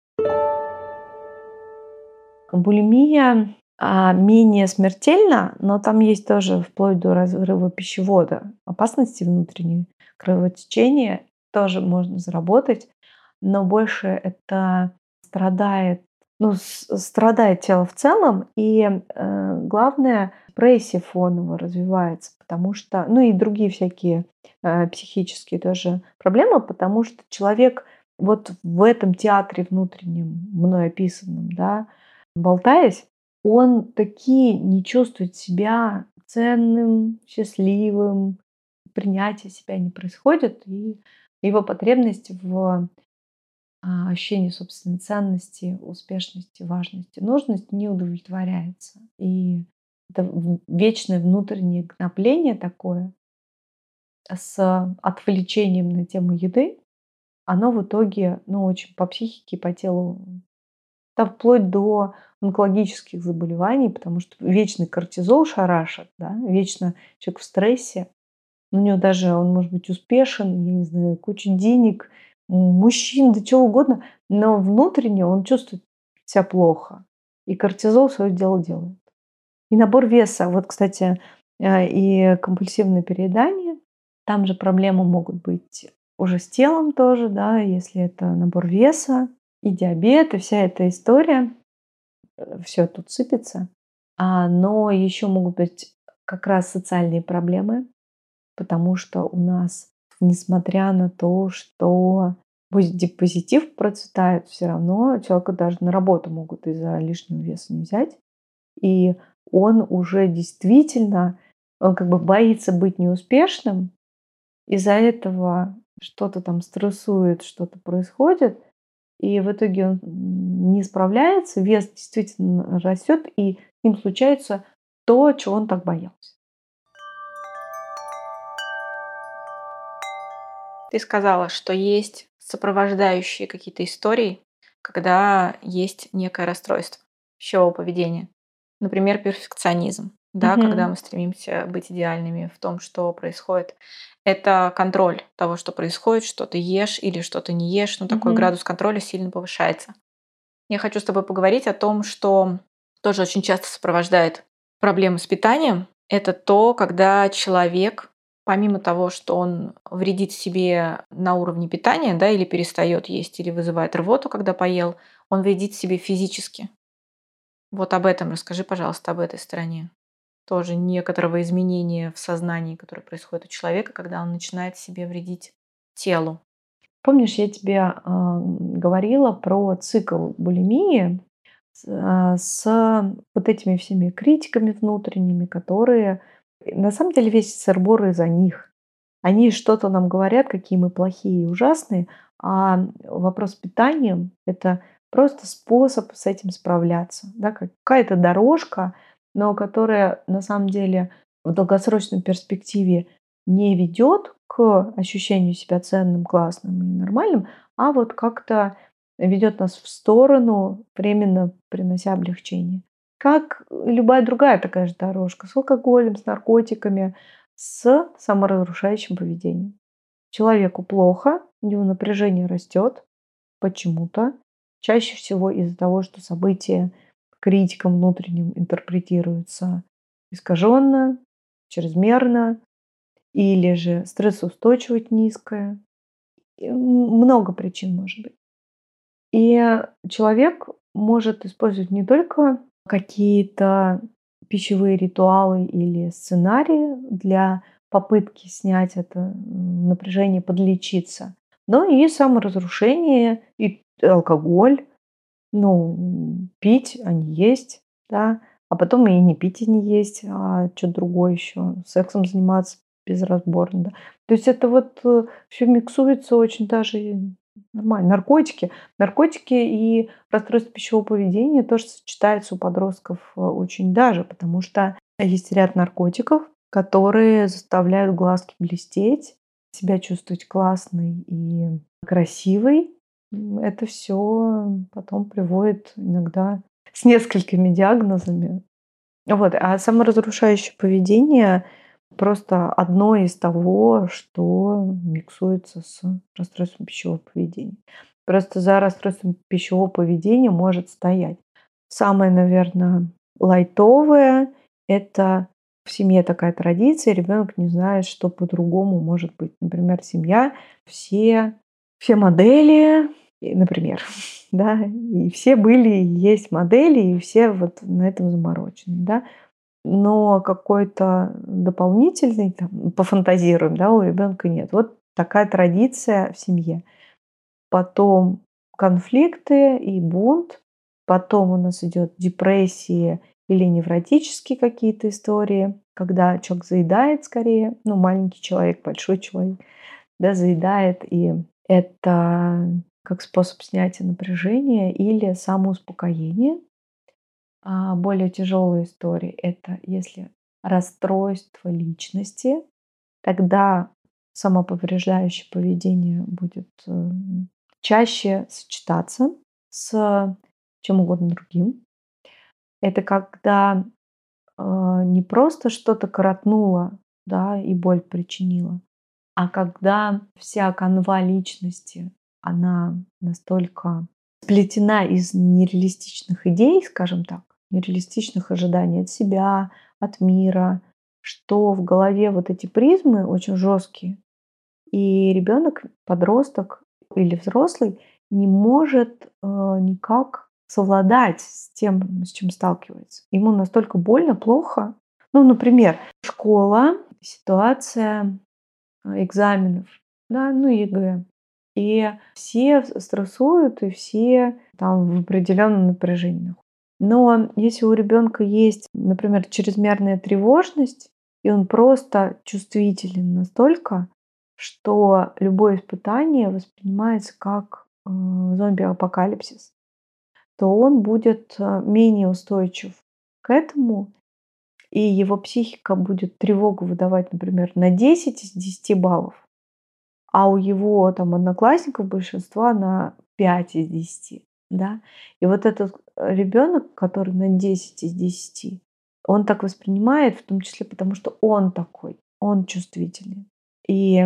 Булимия, менее смертельна, но там есть тоже вплоть до разрыва пищевода опасности внутренней, кровотечения тоже можно заработать, но больше это страдает, ну, страдает тело в целом, и, главное, депрессия фоново развивается, потому что, ну, и другие всякие, психические тоже проблемы, потому что человек вот в этом театре внутреннем, мной описанном, да, болтаясь, он таки не чувствует себя ценным, счастливым, принятие себя не происходит, и его потребность в ощущении собственной ценности, успешности, важности, нужности не удовлетворяется. И это вечное внутреннее гнобление такое с отвлечением на тему еды, оно в итоге, ну, очень по психике, по телу, там вплоть до онкологических заболеваний, потому что вечный кортизол шарашит, да, вечно человек в стрессе. У него даже он может быть успешен, я не знаю, куча денег, мужчин, да чего угодно, но внутренне он чувствует себя плохо. И кортизол свое дело делает. И набор веса. Вот, кстати, и компульсивное переедание. Там же проблемы могут быть уже с телом тоже, да, если это набор веса, и диабет, и вся эта история. Все тут сыпется. Но еще могут быть как раз социальные проблемы, потому что у нас, несмотря на то, что позитив процветает, все равно человека даже на работу могут из-за лишнего веса не взять. И он уже действительно, он как бы боится быть неуспешным, из-за этого что-то там стрессует, что-то происходит, и в итоге он не справляется, вес действительно растет, и с ним случается то, чего он так боялся. Ты сказала, что есть сопровождающие какие-то истории, когда есть некое расстройство пищевого поведения. Например, перфекционизм, да, когда Мгм. мы стремимся быть идеальными в том, что происходит. Это контроль того, что происходит, что ты ешь или что ты не ешь. Ну, такой Мгм. градус контроля сильно повышается. Я хочу с тобой поговорить о том, что тоже очень часто сопровождает проблемы с питанием. Это то, когда человек, помимо того, что он вредит себе на уровне питания, да, или перестает есть, или вызывает рвоту, когда поел, он вредит себе физически. Вот об этом расскажи, пожалуйста, об этой стороне. Тоже некоторого изменения в сознании, которое происходит у человека, когда он начинает себе вредить телу. Помнишь, я тебе говорила про цикл булимии с вот этими всеми критиками внутренними, которые на самом деле весь сыр-бор из-за них. Они что-то нам говорят, какие мы плохие и ужасные, а вопрос с питанием — это просто способ с этим справляться. Да, какая-то дорожка, но которая на самом деле в долгосрочной перспективе не ведет к ощущению себя ценным, классным и нормальным, а вот как-то ведет нас в сторону, временно принося облегчение. Как любая другая такая же дорожка с алкоголем, с наркотиками, с саморазрушающим поведением. Человеку плохо, у него напряжение растет почему-то. Чаще всего из-за того, что события критиком внутренним интерпретируются искаженно, чрезмерно, или же стрессоустойчивость низкая. И много причин может быть. И человек может использовать не только какие-то пищевые ритуалы или сценарии для попытки снять это напряжение, подлечиться, но и саморазрушение, и алкоголь, ну, пить, а не есть, да, а потом и не пить, и не есть, а что-то другое еще, сексом заниматься. безразборно, да. То есть это вот все миксуется очень даже нормально. Наркотики и расстройство пищевого поведения тоже сочетаются у подростков очень даже, потому что есть ряд наркотиков, которые заставляют глазки блестеть, себя чувствовать классной и красивой. Это все потом приводит иногда с несколькими диагнозами. Вот, а саморазрушающее поведение просто одно из того, что миксуется с расстройством пищевого поведения. Просто за расстройством пищевого поведения может стоять самое, наверное, лайтовое — это в семье такая традиция, ребенок не знает, что по-другому может быть. Например, семья, все, все модели, например, да, и все были и есть модели, и все вот на этом заморочены, да. Но какой-то дополнительный, там, пофантазируем, да, у ребенка нет. Вот такая традиция в семье. Потом конфликты и бунт. Потом у нас идет депрессия или невротические какие-то истории, когда человек заедает скорее, ну, маленький человек, большой человек, да, заедает, и это как способ снятия напряжения или самоуспокоения. А более тяжелые истории — это если расстройство личности, тогда самоповреждающее поведение будет чаще сочетаться с чем угодно другим. Это когда не просто что-то коротнуло, да, и боль причинила, а когда вся канва личности, она настолько сплетена из нереалистичных идей, скажем так, нереалистичных ожиданий от себя, от мира, что в голове вот эти призмы очень жесткие, и ребенок, подросток или взрослый не может никак совладать с тем, с чем сталкивается. Ему настолько больно, плохо. Ну, например, школа, ситуация экзаменов, да, ну, ЕГЭ. И все стрессуют, и все там в определенном напряжении. Но если у ребенка есть, например, чрезмерная тревожность, и он просто чувствителен настолько, что любое испытание воспринимается как зомби-апокалипсис, то он будет менее устойчив к этому, и его психика будет тревогу выдавать, например, на 10 из 10 баллов, а у его там одноклассников большинства на 5 из 10, да. И вот этот ребенок, который на 10 из 10, он так воспринимает, в том числе потому, что он такой, он чувствительный. И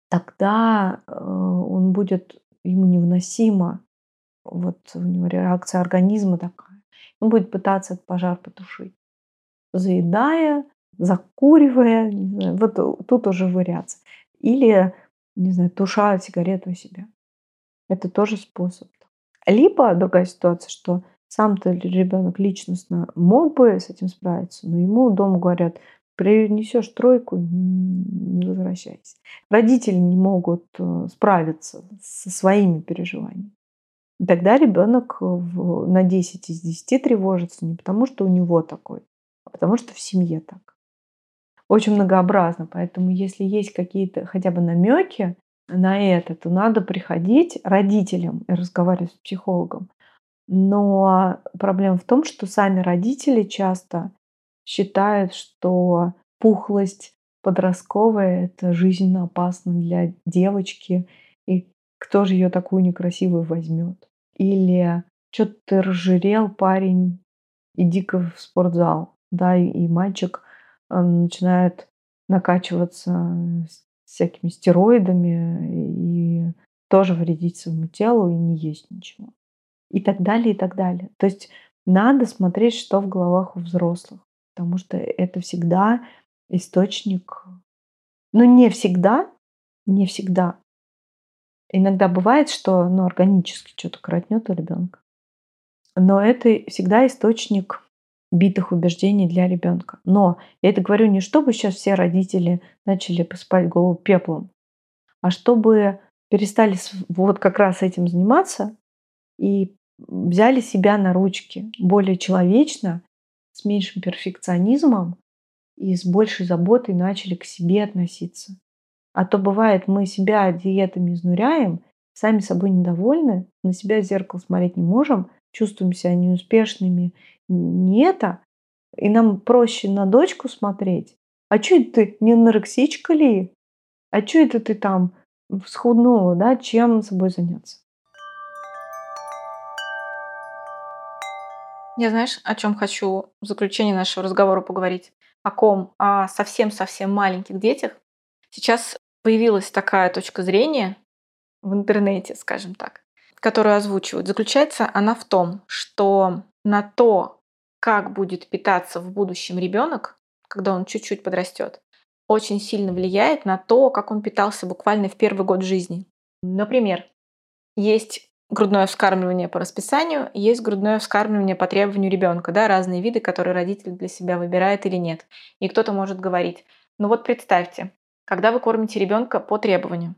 тогда он будет, ему невыносимо, вот у него реакция организма такая. Он будет пытаться этот пожар потушить, заедая, закуривая, не знаю, вот тут уже вариация. Или, не знаю, туша сигарету у себя. Это тоже способ. Либо другая ситуация, что сам-то ребенок личностно мог бы с этим справиться, но ему дома говорят: принесешь тройку, не возвращайся. Родители не могут справиться со своими переживаниями. И тогда ребенок на 10 из 10 тревожится не потому, что у него такой, а потому что в семье так. Очень многообразно, поэтому если есть какие-то хотя бы намеки на это, то надо приходить родителям и разговаривать с психологом. Но проблема в том, что сами родители часто считают, что пухлость подростковая — это жизненно опасно для девочки, и кто же ее такую некрасивую возьмет? Или что ты разжирел, парень, иди-ка в спортзал. Да, и мальчик начинает накачиваться всякими стероидами и тоже вредить своему телу и не есть ничего. И так далее, и так далее. То есть надо смотреть, что в головах у взрослых, потому что это всегда источник, ну, не всегда, не всегда. Иногда бывает, что, ну, органически что-то коротнет у ребенка, но это всегда источник битых убеждений для ребенка. Но я это говорю не чтобы сейчас все родители начали посыпать голову пеплом, а чтобы перестали вот как раз этим заниматься и взяли себя на ручки более человечно, с меньшим перфекционизмом и с большей заботой начали к себе относиться. А то бывает, мы себя диетами изнуряем, сами собой недовольны, на себя в зеркало смотреть не можем, чувствуем себя неуспешными. Не это. И нам проще на дочку смотреть. А чё это ты, не анорексичка ли? А чё это ты там схуднула, да? Чем собой заняться? Я, знаешь, о чем хочу в заключение нашего разговора поговорить? О ком? О совсем-совсем маленьких детях. Сейчас появилась такая точка зрения в интернете, скажем так, которую озвучивают. Заключается она в том, что на то, как будет питаться в будущем ребенок, когда он чуть-чуть подрастет, очень сильно влияет на то, как он питался буквально в первый год жизни. Например, есть грудное вскармливание по расписанию, есть грудное вскармливание по требованию ребенка, да, разные виды, которые родитель для себя выбирает или нет. И кто-то может говорить, ну вот представьте, когда вы кормите ребенка по требованию,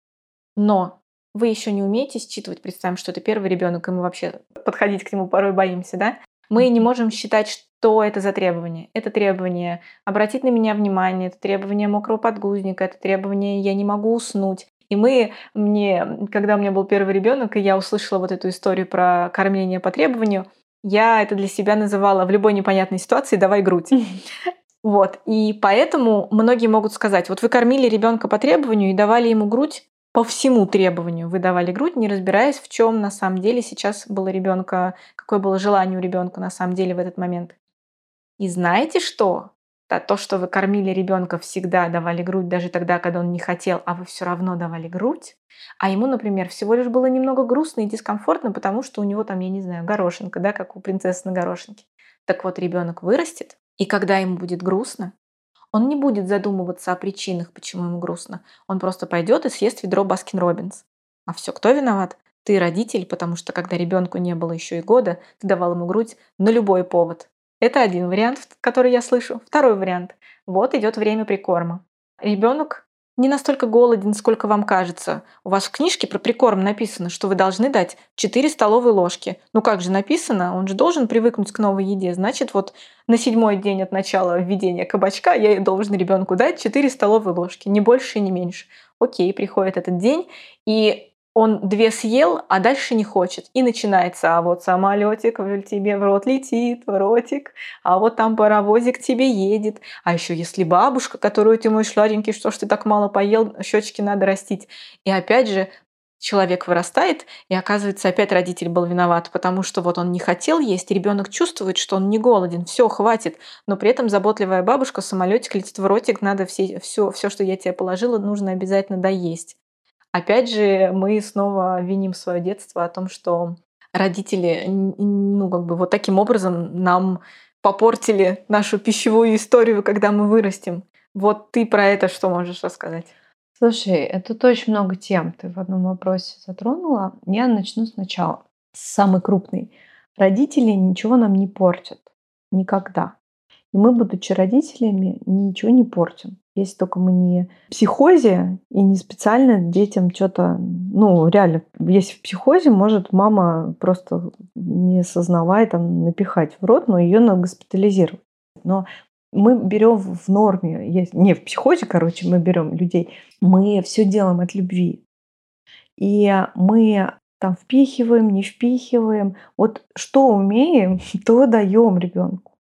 но вы еще не умеете считывать, представим, что это первый ребенок, и мы вообще подходить к нему порой боимся, да? Мы не можем считать, что это за требование. Это требование обратить на меня внимание, это требование мокрого подгузника, это требование я не могу уснуть. И когда у меня был первый ребенок, и я услышала вот эту историю про кормление по требованию, я это для себя называла в любой непонятной ситуации «давай грудь». Вот. И поэтому многие могут сказать, вот вы кормили ребенка по требованию и давали ему грудь по всему требованию. Вы давали грудь, не разбираясь, в чем на самом деле сейчас было ребенка, какое было желание у ребенка на самом деле в этот момент. И знаете что? То, что вы кормили ребенка всегда, давали грудь даже тогда, когда он не хотел, а вы все равно давали грудь, а ему, например, всего лишь было немного грустно и дискомфортно, потому что у него там, я не знаю, горошинка, да, как у принцессы на горошинке. Так вот, ребенок вырастет, и когда ему будет грустно, он не будет задумываться о причинах, почему ему грустно. Он просто пойдет и съест ведро Баскин Роббинс. А все, кто виноват? Ты родитель, потому что когда ребенку не было еще и года, ты давал ему грудь на любой повод. Это один вариант, который я слышу. Второй вариант. Вот идет время прикорма. Ребенок не настолько голоден, сколько вам кажется. У вас в книжке про прикорм написано, что вы должны дать 4 столовые ложки. Ну как же написано? Он же должен привыкнуть к новой еде. Значит, вот на 7-й день от начала введения кабачка я должен ребенку дать 4 столовые ложки, не больше и не меньше. Окей, приходит этот день, и он 2 съел, а дальше не хочет. И начинается, а вот самолетик тебе в рот летит, в ротик, а вот там паровозик тебе едет. А еще если бабушка, которую ты мой сладенький, что ж ты так мало поел, щечки надо растить. И опять же, человек вырастает, и оказывается, опять родитель был виноват, потому что вот он не хотел есть, и ребенок чувствует, что он не голоден, все, хватит, но при этом заботливая бабушка, самолетик летит в ротик, надо все, что я тебе положила, нужно обязательно доесть. Опять же, мы снова виним свое детство о том, что родители, ну, как бы вот таким образом нам попортили нашу пищевую историю, когда мы вырастем. Вот ты про это что можешь рассказать? Слушай, тут очень много тем ты в одном вопросе затронула. Я начну сначала с самой крупной. Родители ничего нам не портят. Никогда. И мы, будучи родителями, ничего не портим. Если только мы не в психозе и не специально детям что-то... Ну, реально, если в психозе, может мама просто не сознавая там напихать в рот, но ее надо госпитализировать. Но мы берем в норме, не в психозе, короче, мы берем людей, мы все делаем от любви. И мы там впихиваем, не впихиваем. Вот что умеем, то даем ребенку.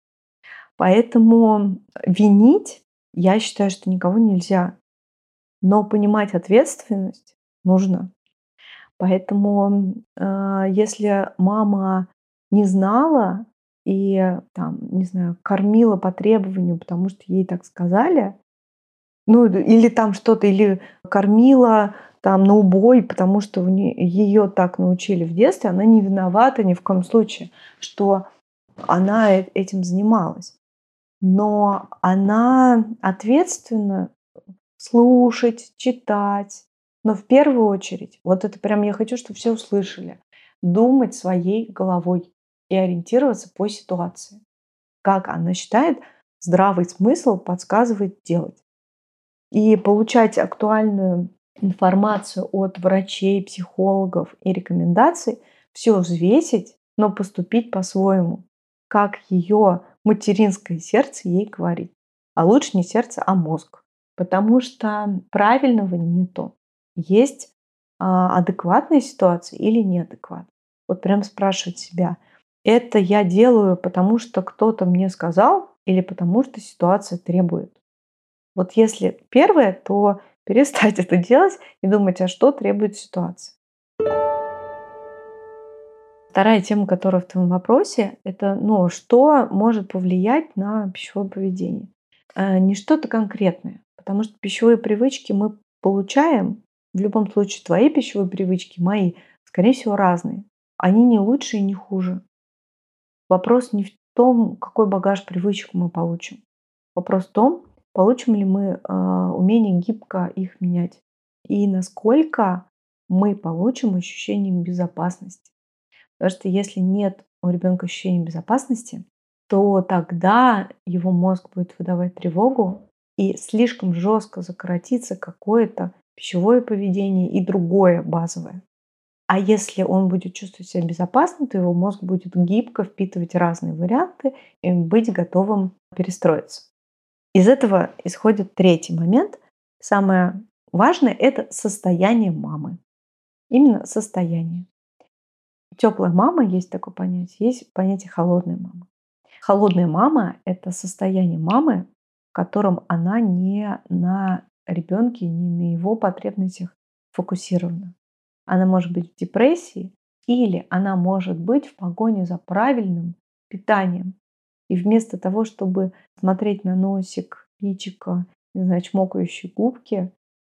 Поэтому винить, я считаю, что никого нельзя. Но понимать ответственность нужно. Поэтому, если мама не знала и там, не знаю, кормила по требованию, потому что ей так сказали, ну или там что-то, или кормила там на убой, потому что ее так научили в детстве, она не виновата ни в коем случае, что она этим занималась. Но она ответственна слушать, читать. Но в первую очередь, вот это прям я хочу, чтобы все услышали, думать своей головой и ориентироваться по ситуации. Как она считает, здравый смысл подсказывает делать. И получать актуальную информацию от врачей, психологов и рекомендаций, все взвесить, но поступить по-своему, как ее материнское сердце ей говорит. А лучше не сердце, а мозг. Потому что правильного нету. Есть адекватная ситуация или неадекватная. Вот прям спрашивать себя, это я делаю, потому что кто-то мне сказал или потому что ситуация требует. Вот если первое, то перестать это делать и думать, а что требует ситуация. Вторая тема, которая в твоем вопросе, это что может повлиять на пищевое поведение. Не что-то конкретное, потому что пищевые привычки мы получаем, в любом случае твои пищевые привычки, мои, скорее всего, разные. Они не лучше и не хуже. Вопрос не в том, какой багаж привычек мы получим. Вопрос в том, получим ли мы умение гибко их менять и насколько мы получим ощущение безопасности. Потому что если нет у ребенка ощущения безопасности, то тогда его мозг будет выдавать тревогу и слишком жестко закоротится какое-то пищевое поведение и другое базовое. А если он будет чувствовать себя безопасно, то его мозг будет гибко впитывать разные варианты и быть готовым перестроиться. Из этого исходит третий момент. Самое важное – это состояние мамы. Именно состояние. Теплая мама, есть такое понятие, есть понятие холодная мама. Холодная мама – это состояние мамы, в котором она не на ребенке, не на его потребностях фокусирована. Она может быть в депрессии или она может быть в погоне за правильным питанием. И вместо того, чтобы смотреть на носик, личико, не знаю, чмокающие губки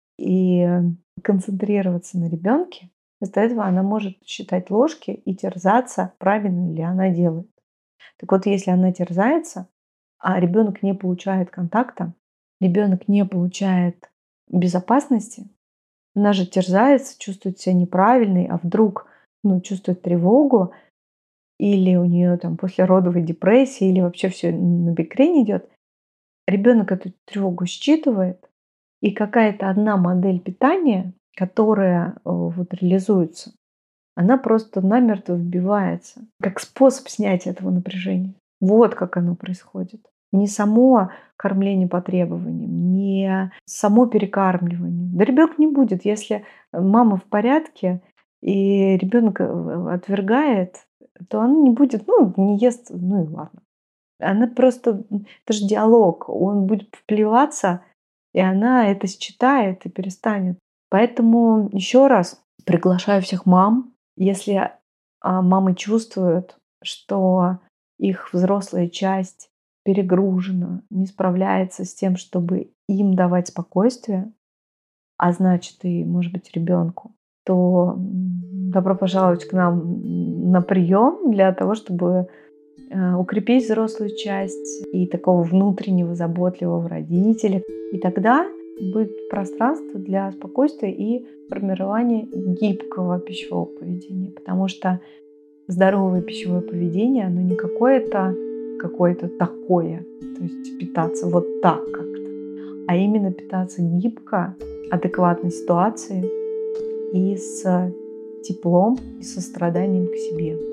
и концентрироваться на ребенке, вместо этого она может считать ложки и терзаться, правильно ли она делает. Так вот, если она терзается, а ребенок не получает контакта, ребенок не получает безопасности, она же терзается, чувствует себя неправильной, а вдруг чувствует тревогу, или у нее там послеродовая депрессия, или вообще все на бикрень идет. Ребенок эту тревогу считывает, и какая-то одна модель питания, которая вот реализуется, она просто намертво вбивается, как способ снятия этого напряжения. Вот как оно происходит. Не само кормление по требованиям, не само перекармливание. Да ребенок не будет, если мама в порядке и ребенок отвергает, то она не будет, не ест, ну и ладно. Она просто, это же диалог, он будет вплеваться, и она это считает и перестанет. Поэтому еще раз приглашаю всех мам, если мамы чувствуют, что их взрослая часть перегружена, не справляется с тем, чтобы им давать спокойствие, а значит и, может быть, ребенку, то добро пожаловать к нам на прием для того, чтобы укрепить взрослую часть и такого внутреннего заботливого родителя. И тогда будет пространство для спокойствия и формирования гибкого пищевого поведения. Потому что здоровое пищевое поведение, оно не какое-то такое, то есть питаться вот так как-то, а именно питаться гибко, адекватной ситуации и с теплом, и состраданием к себе.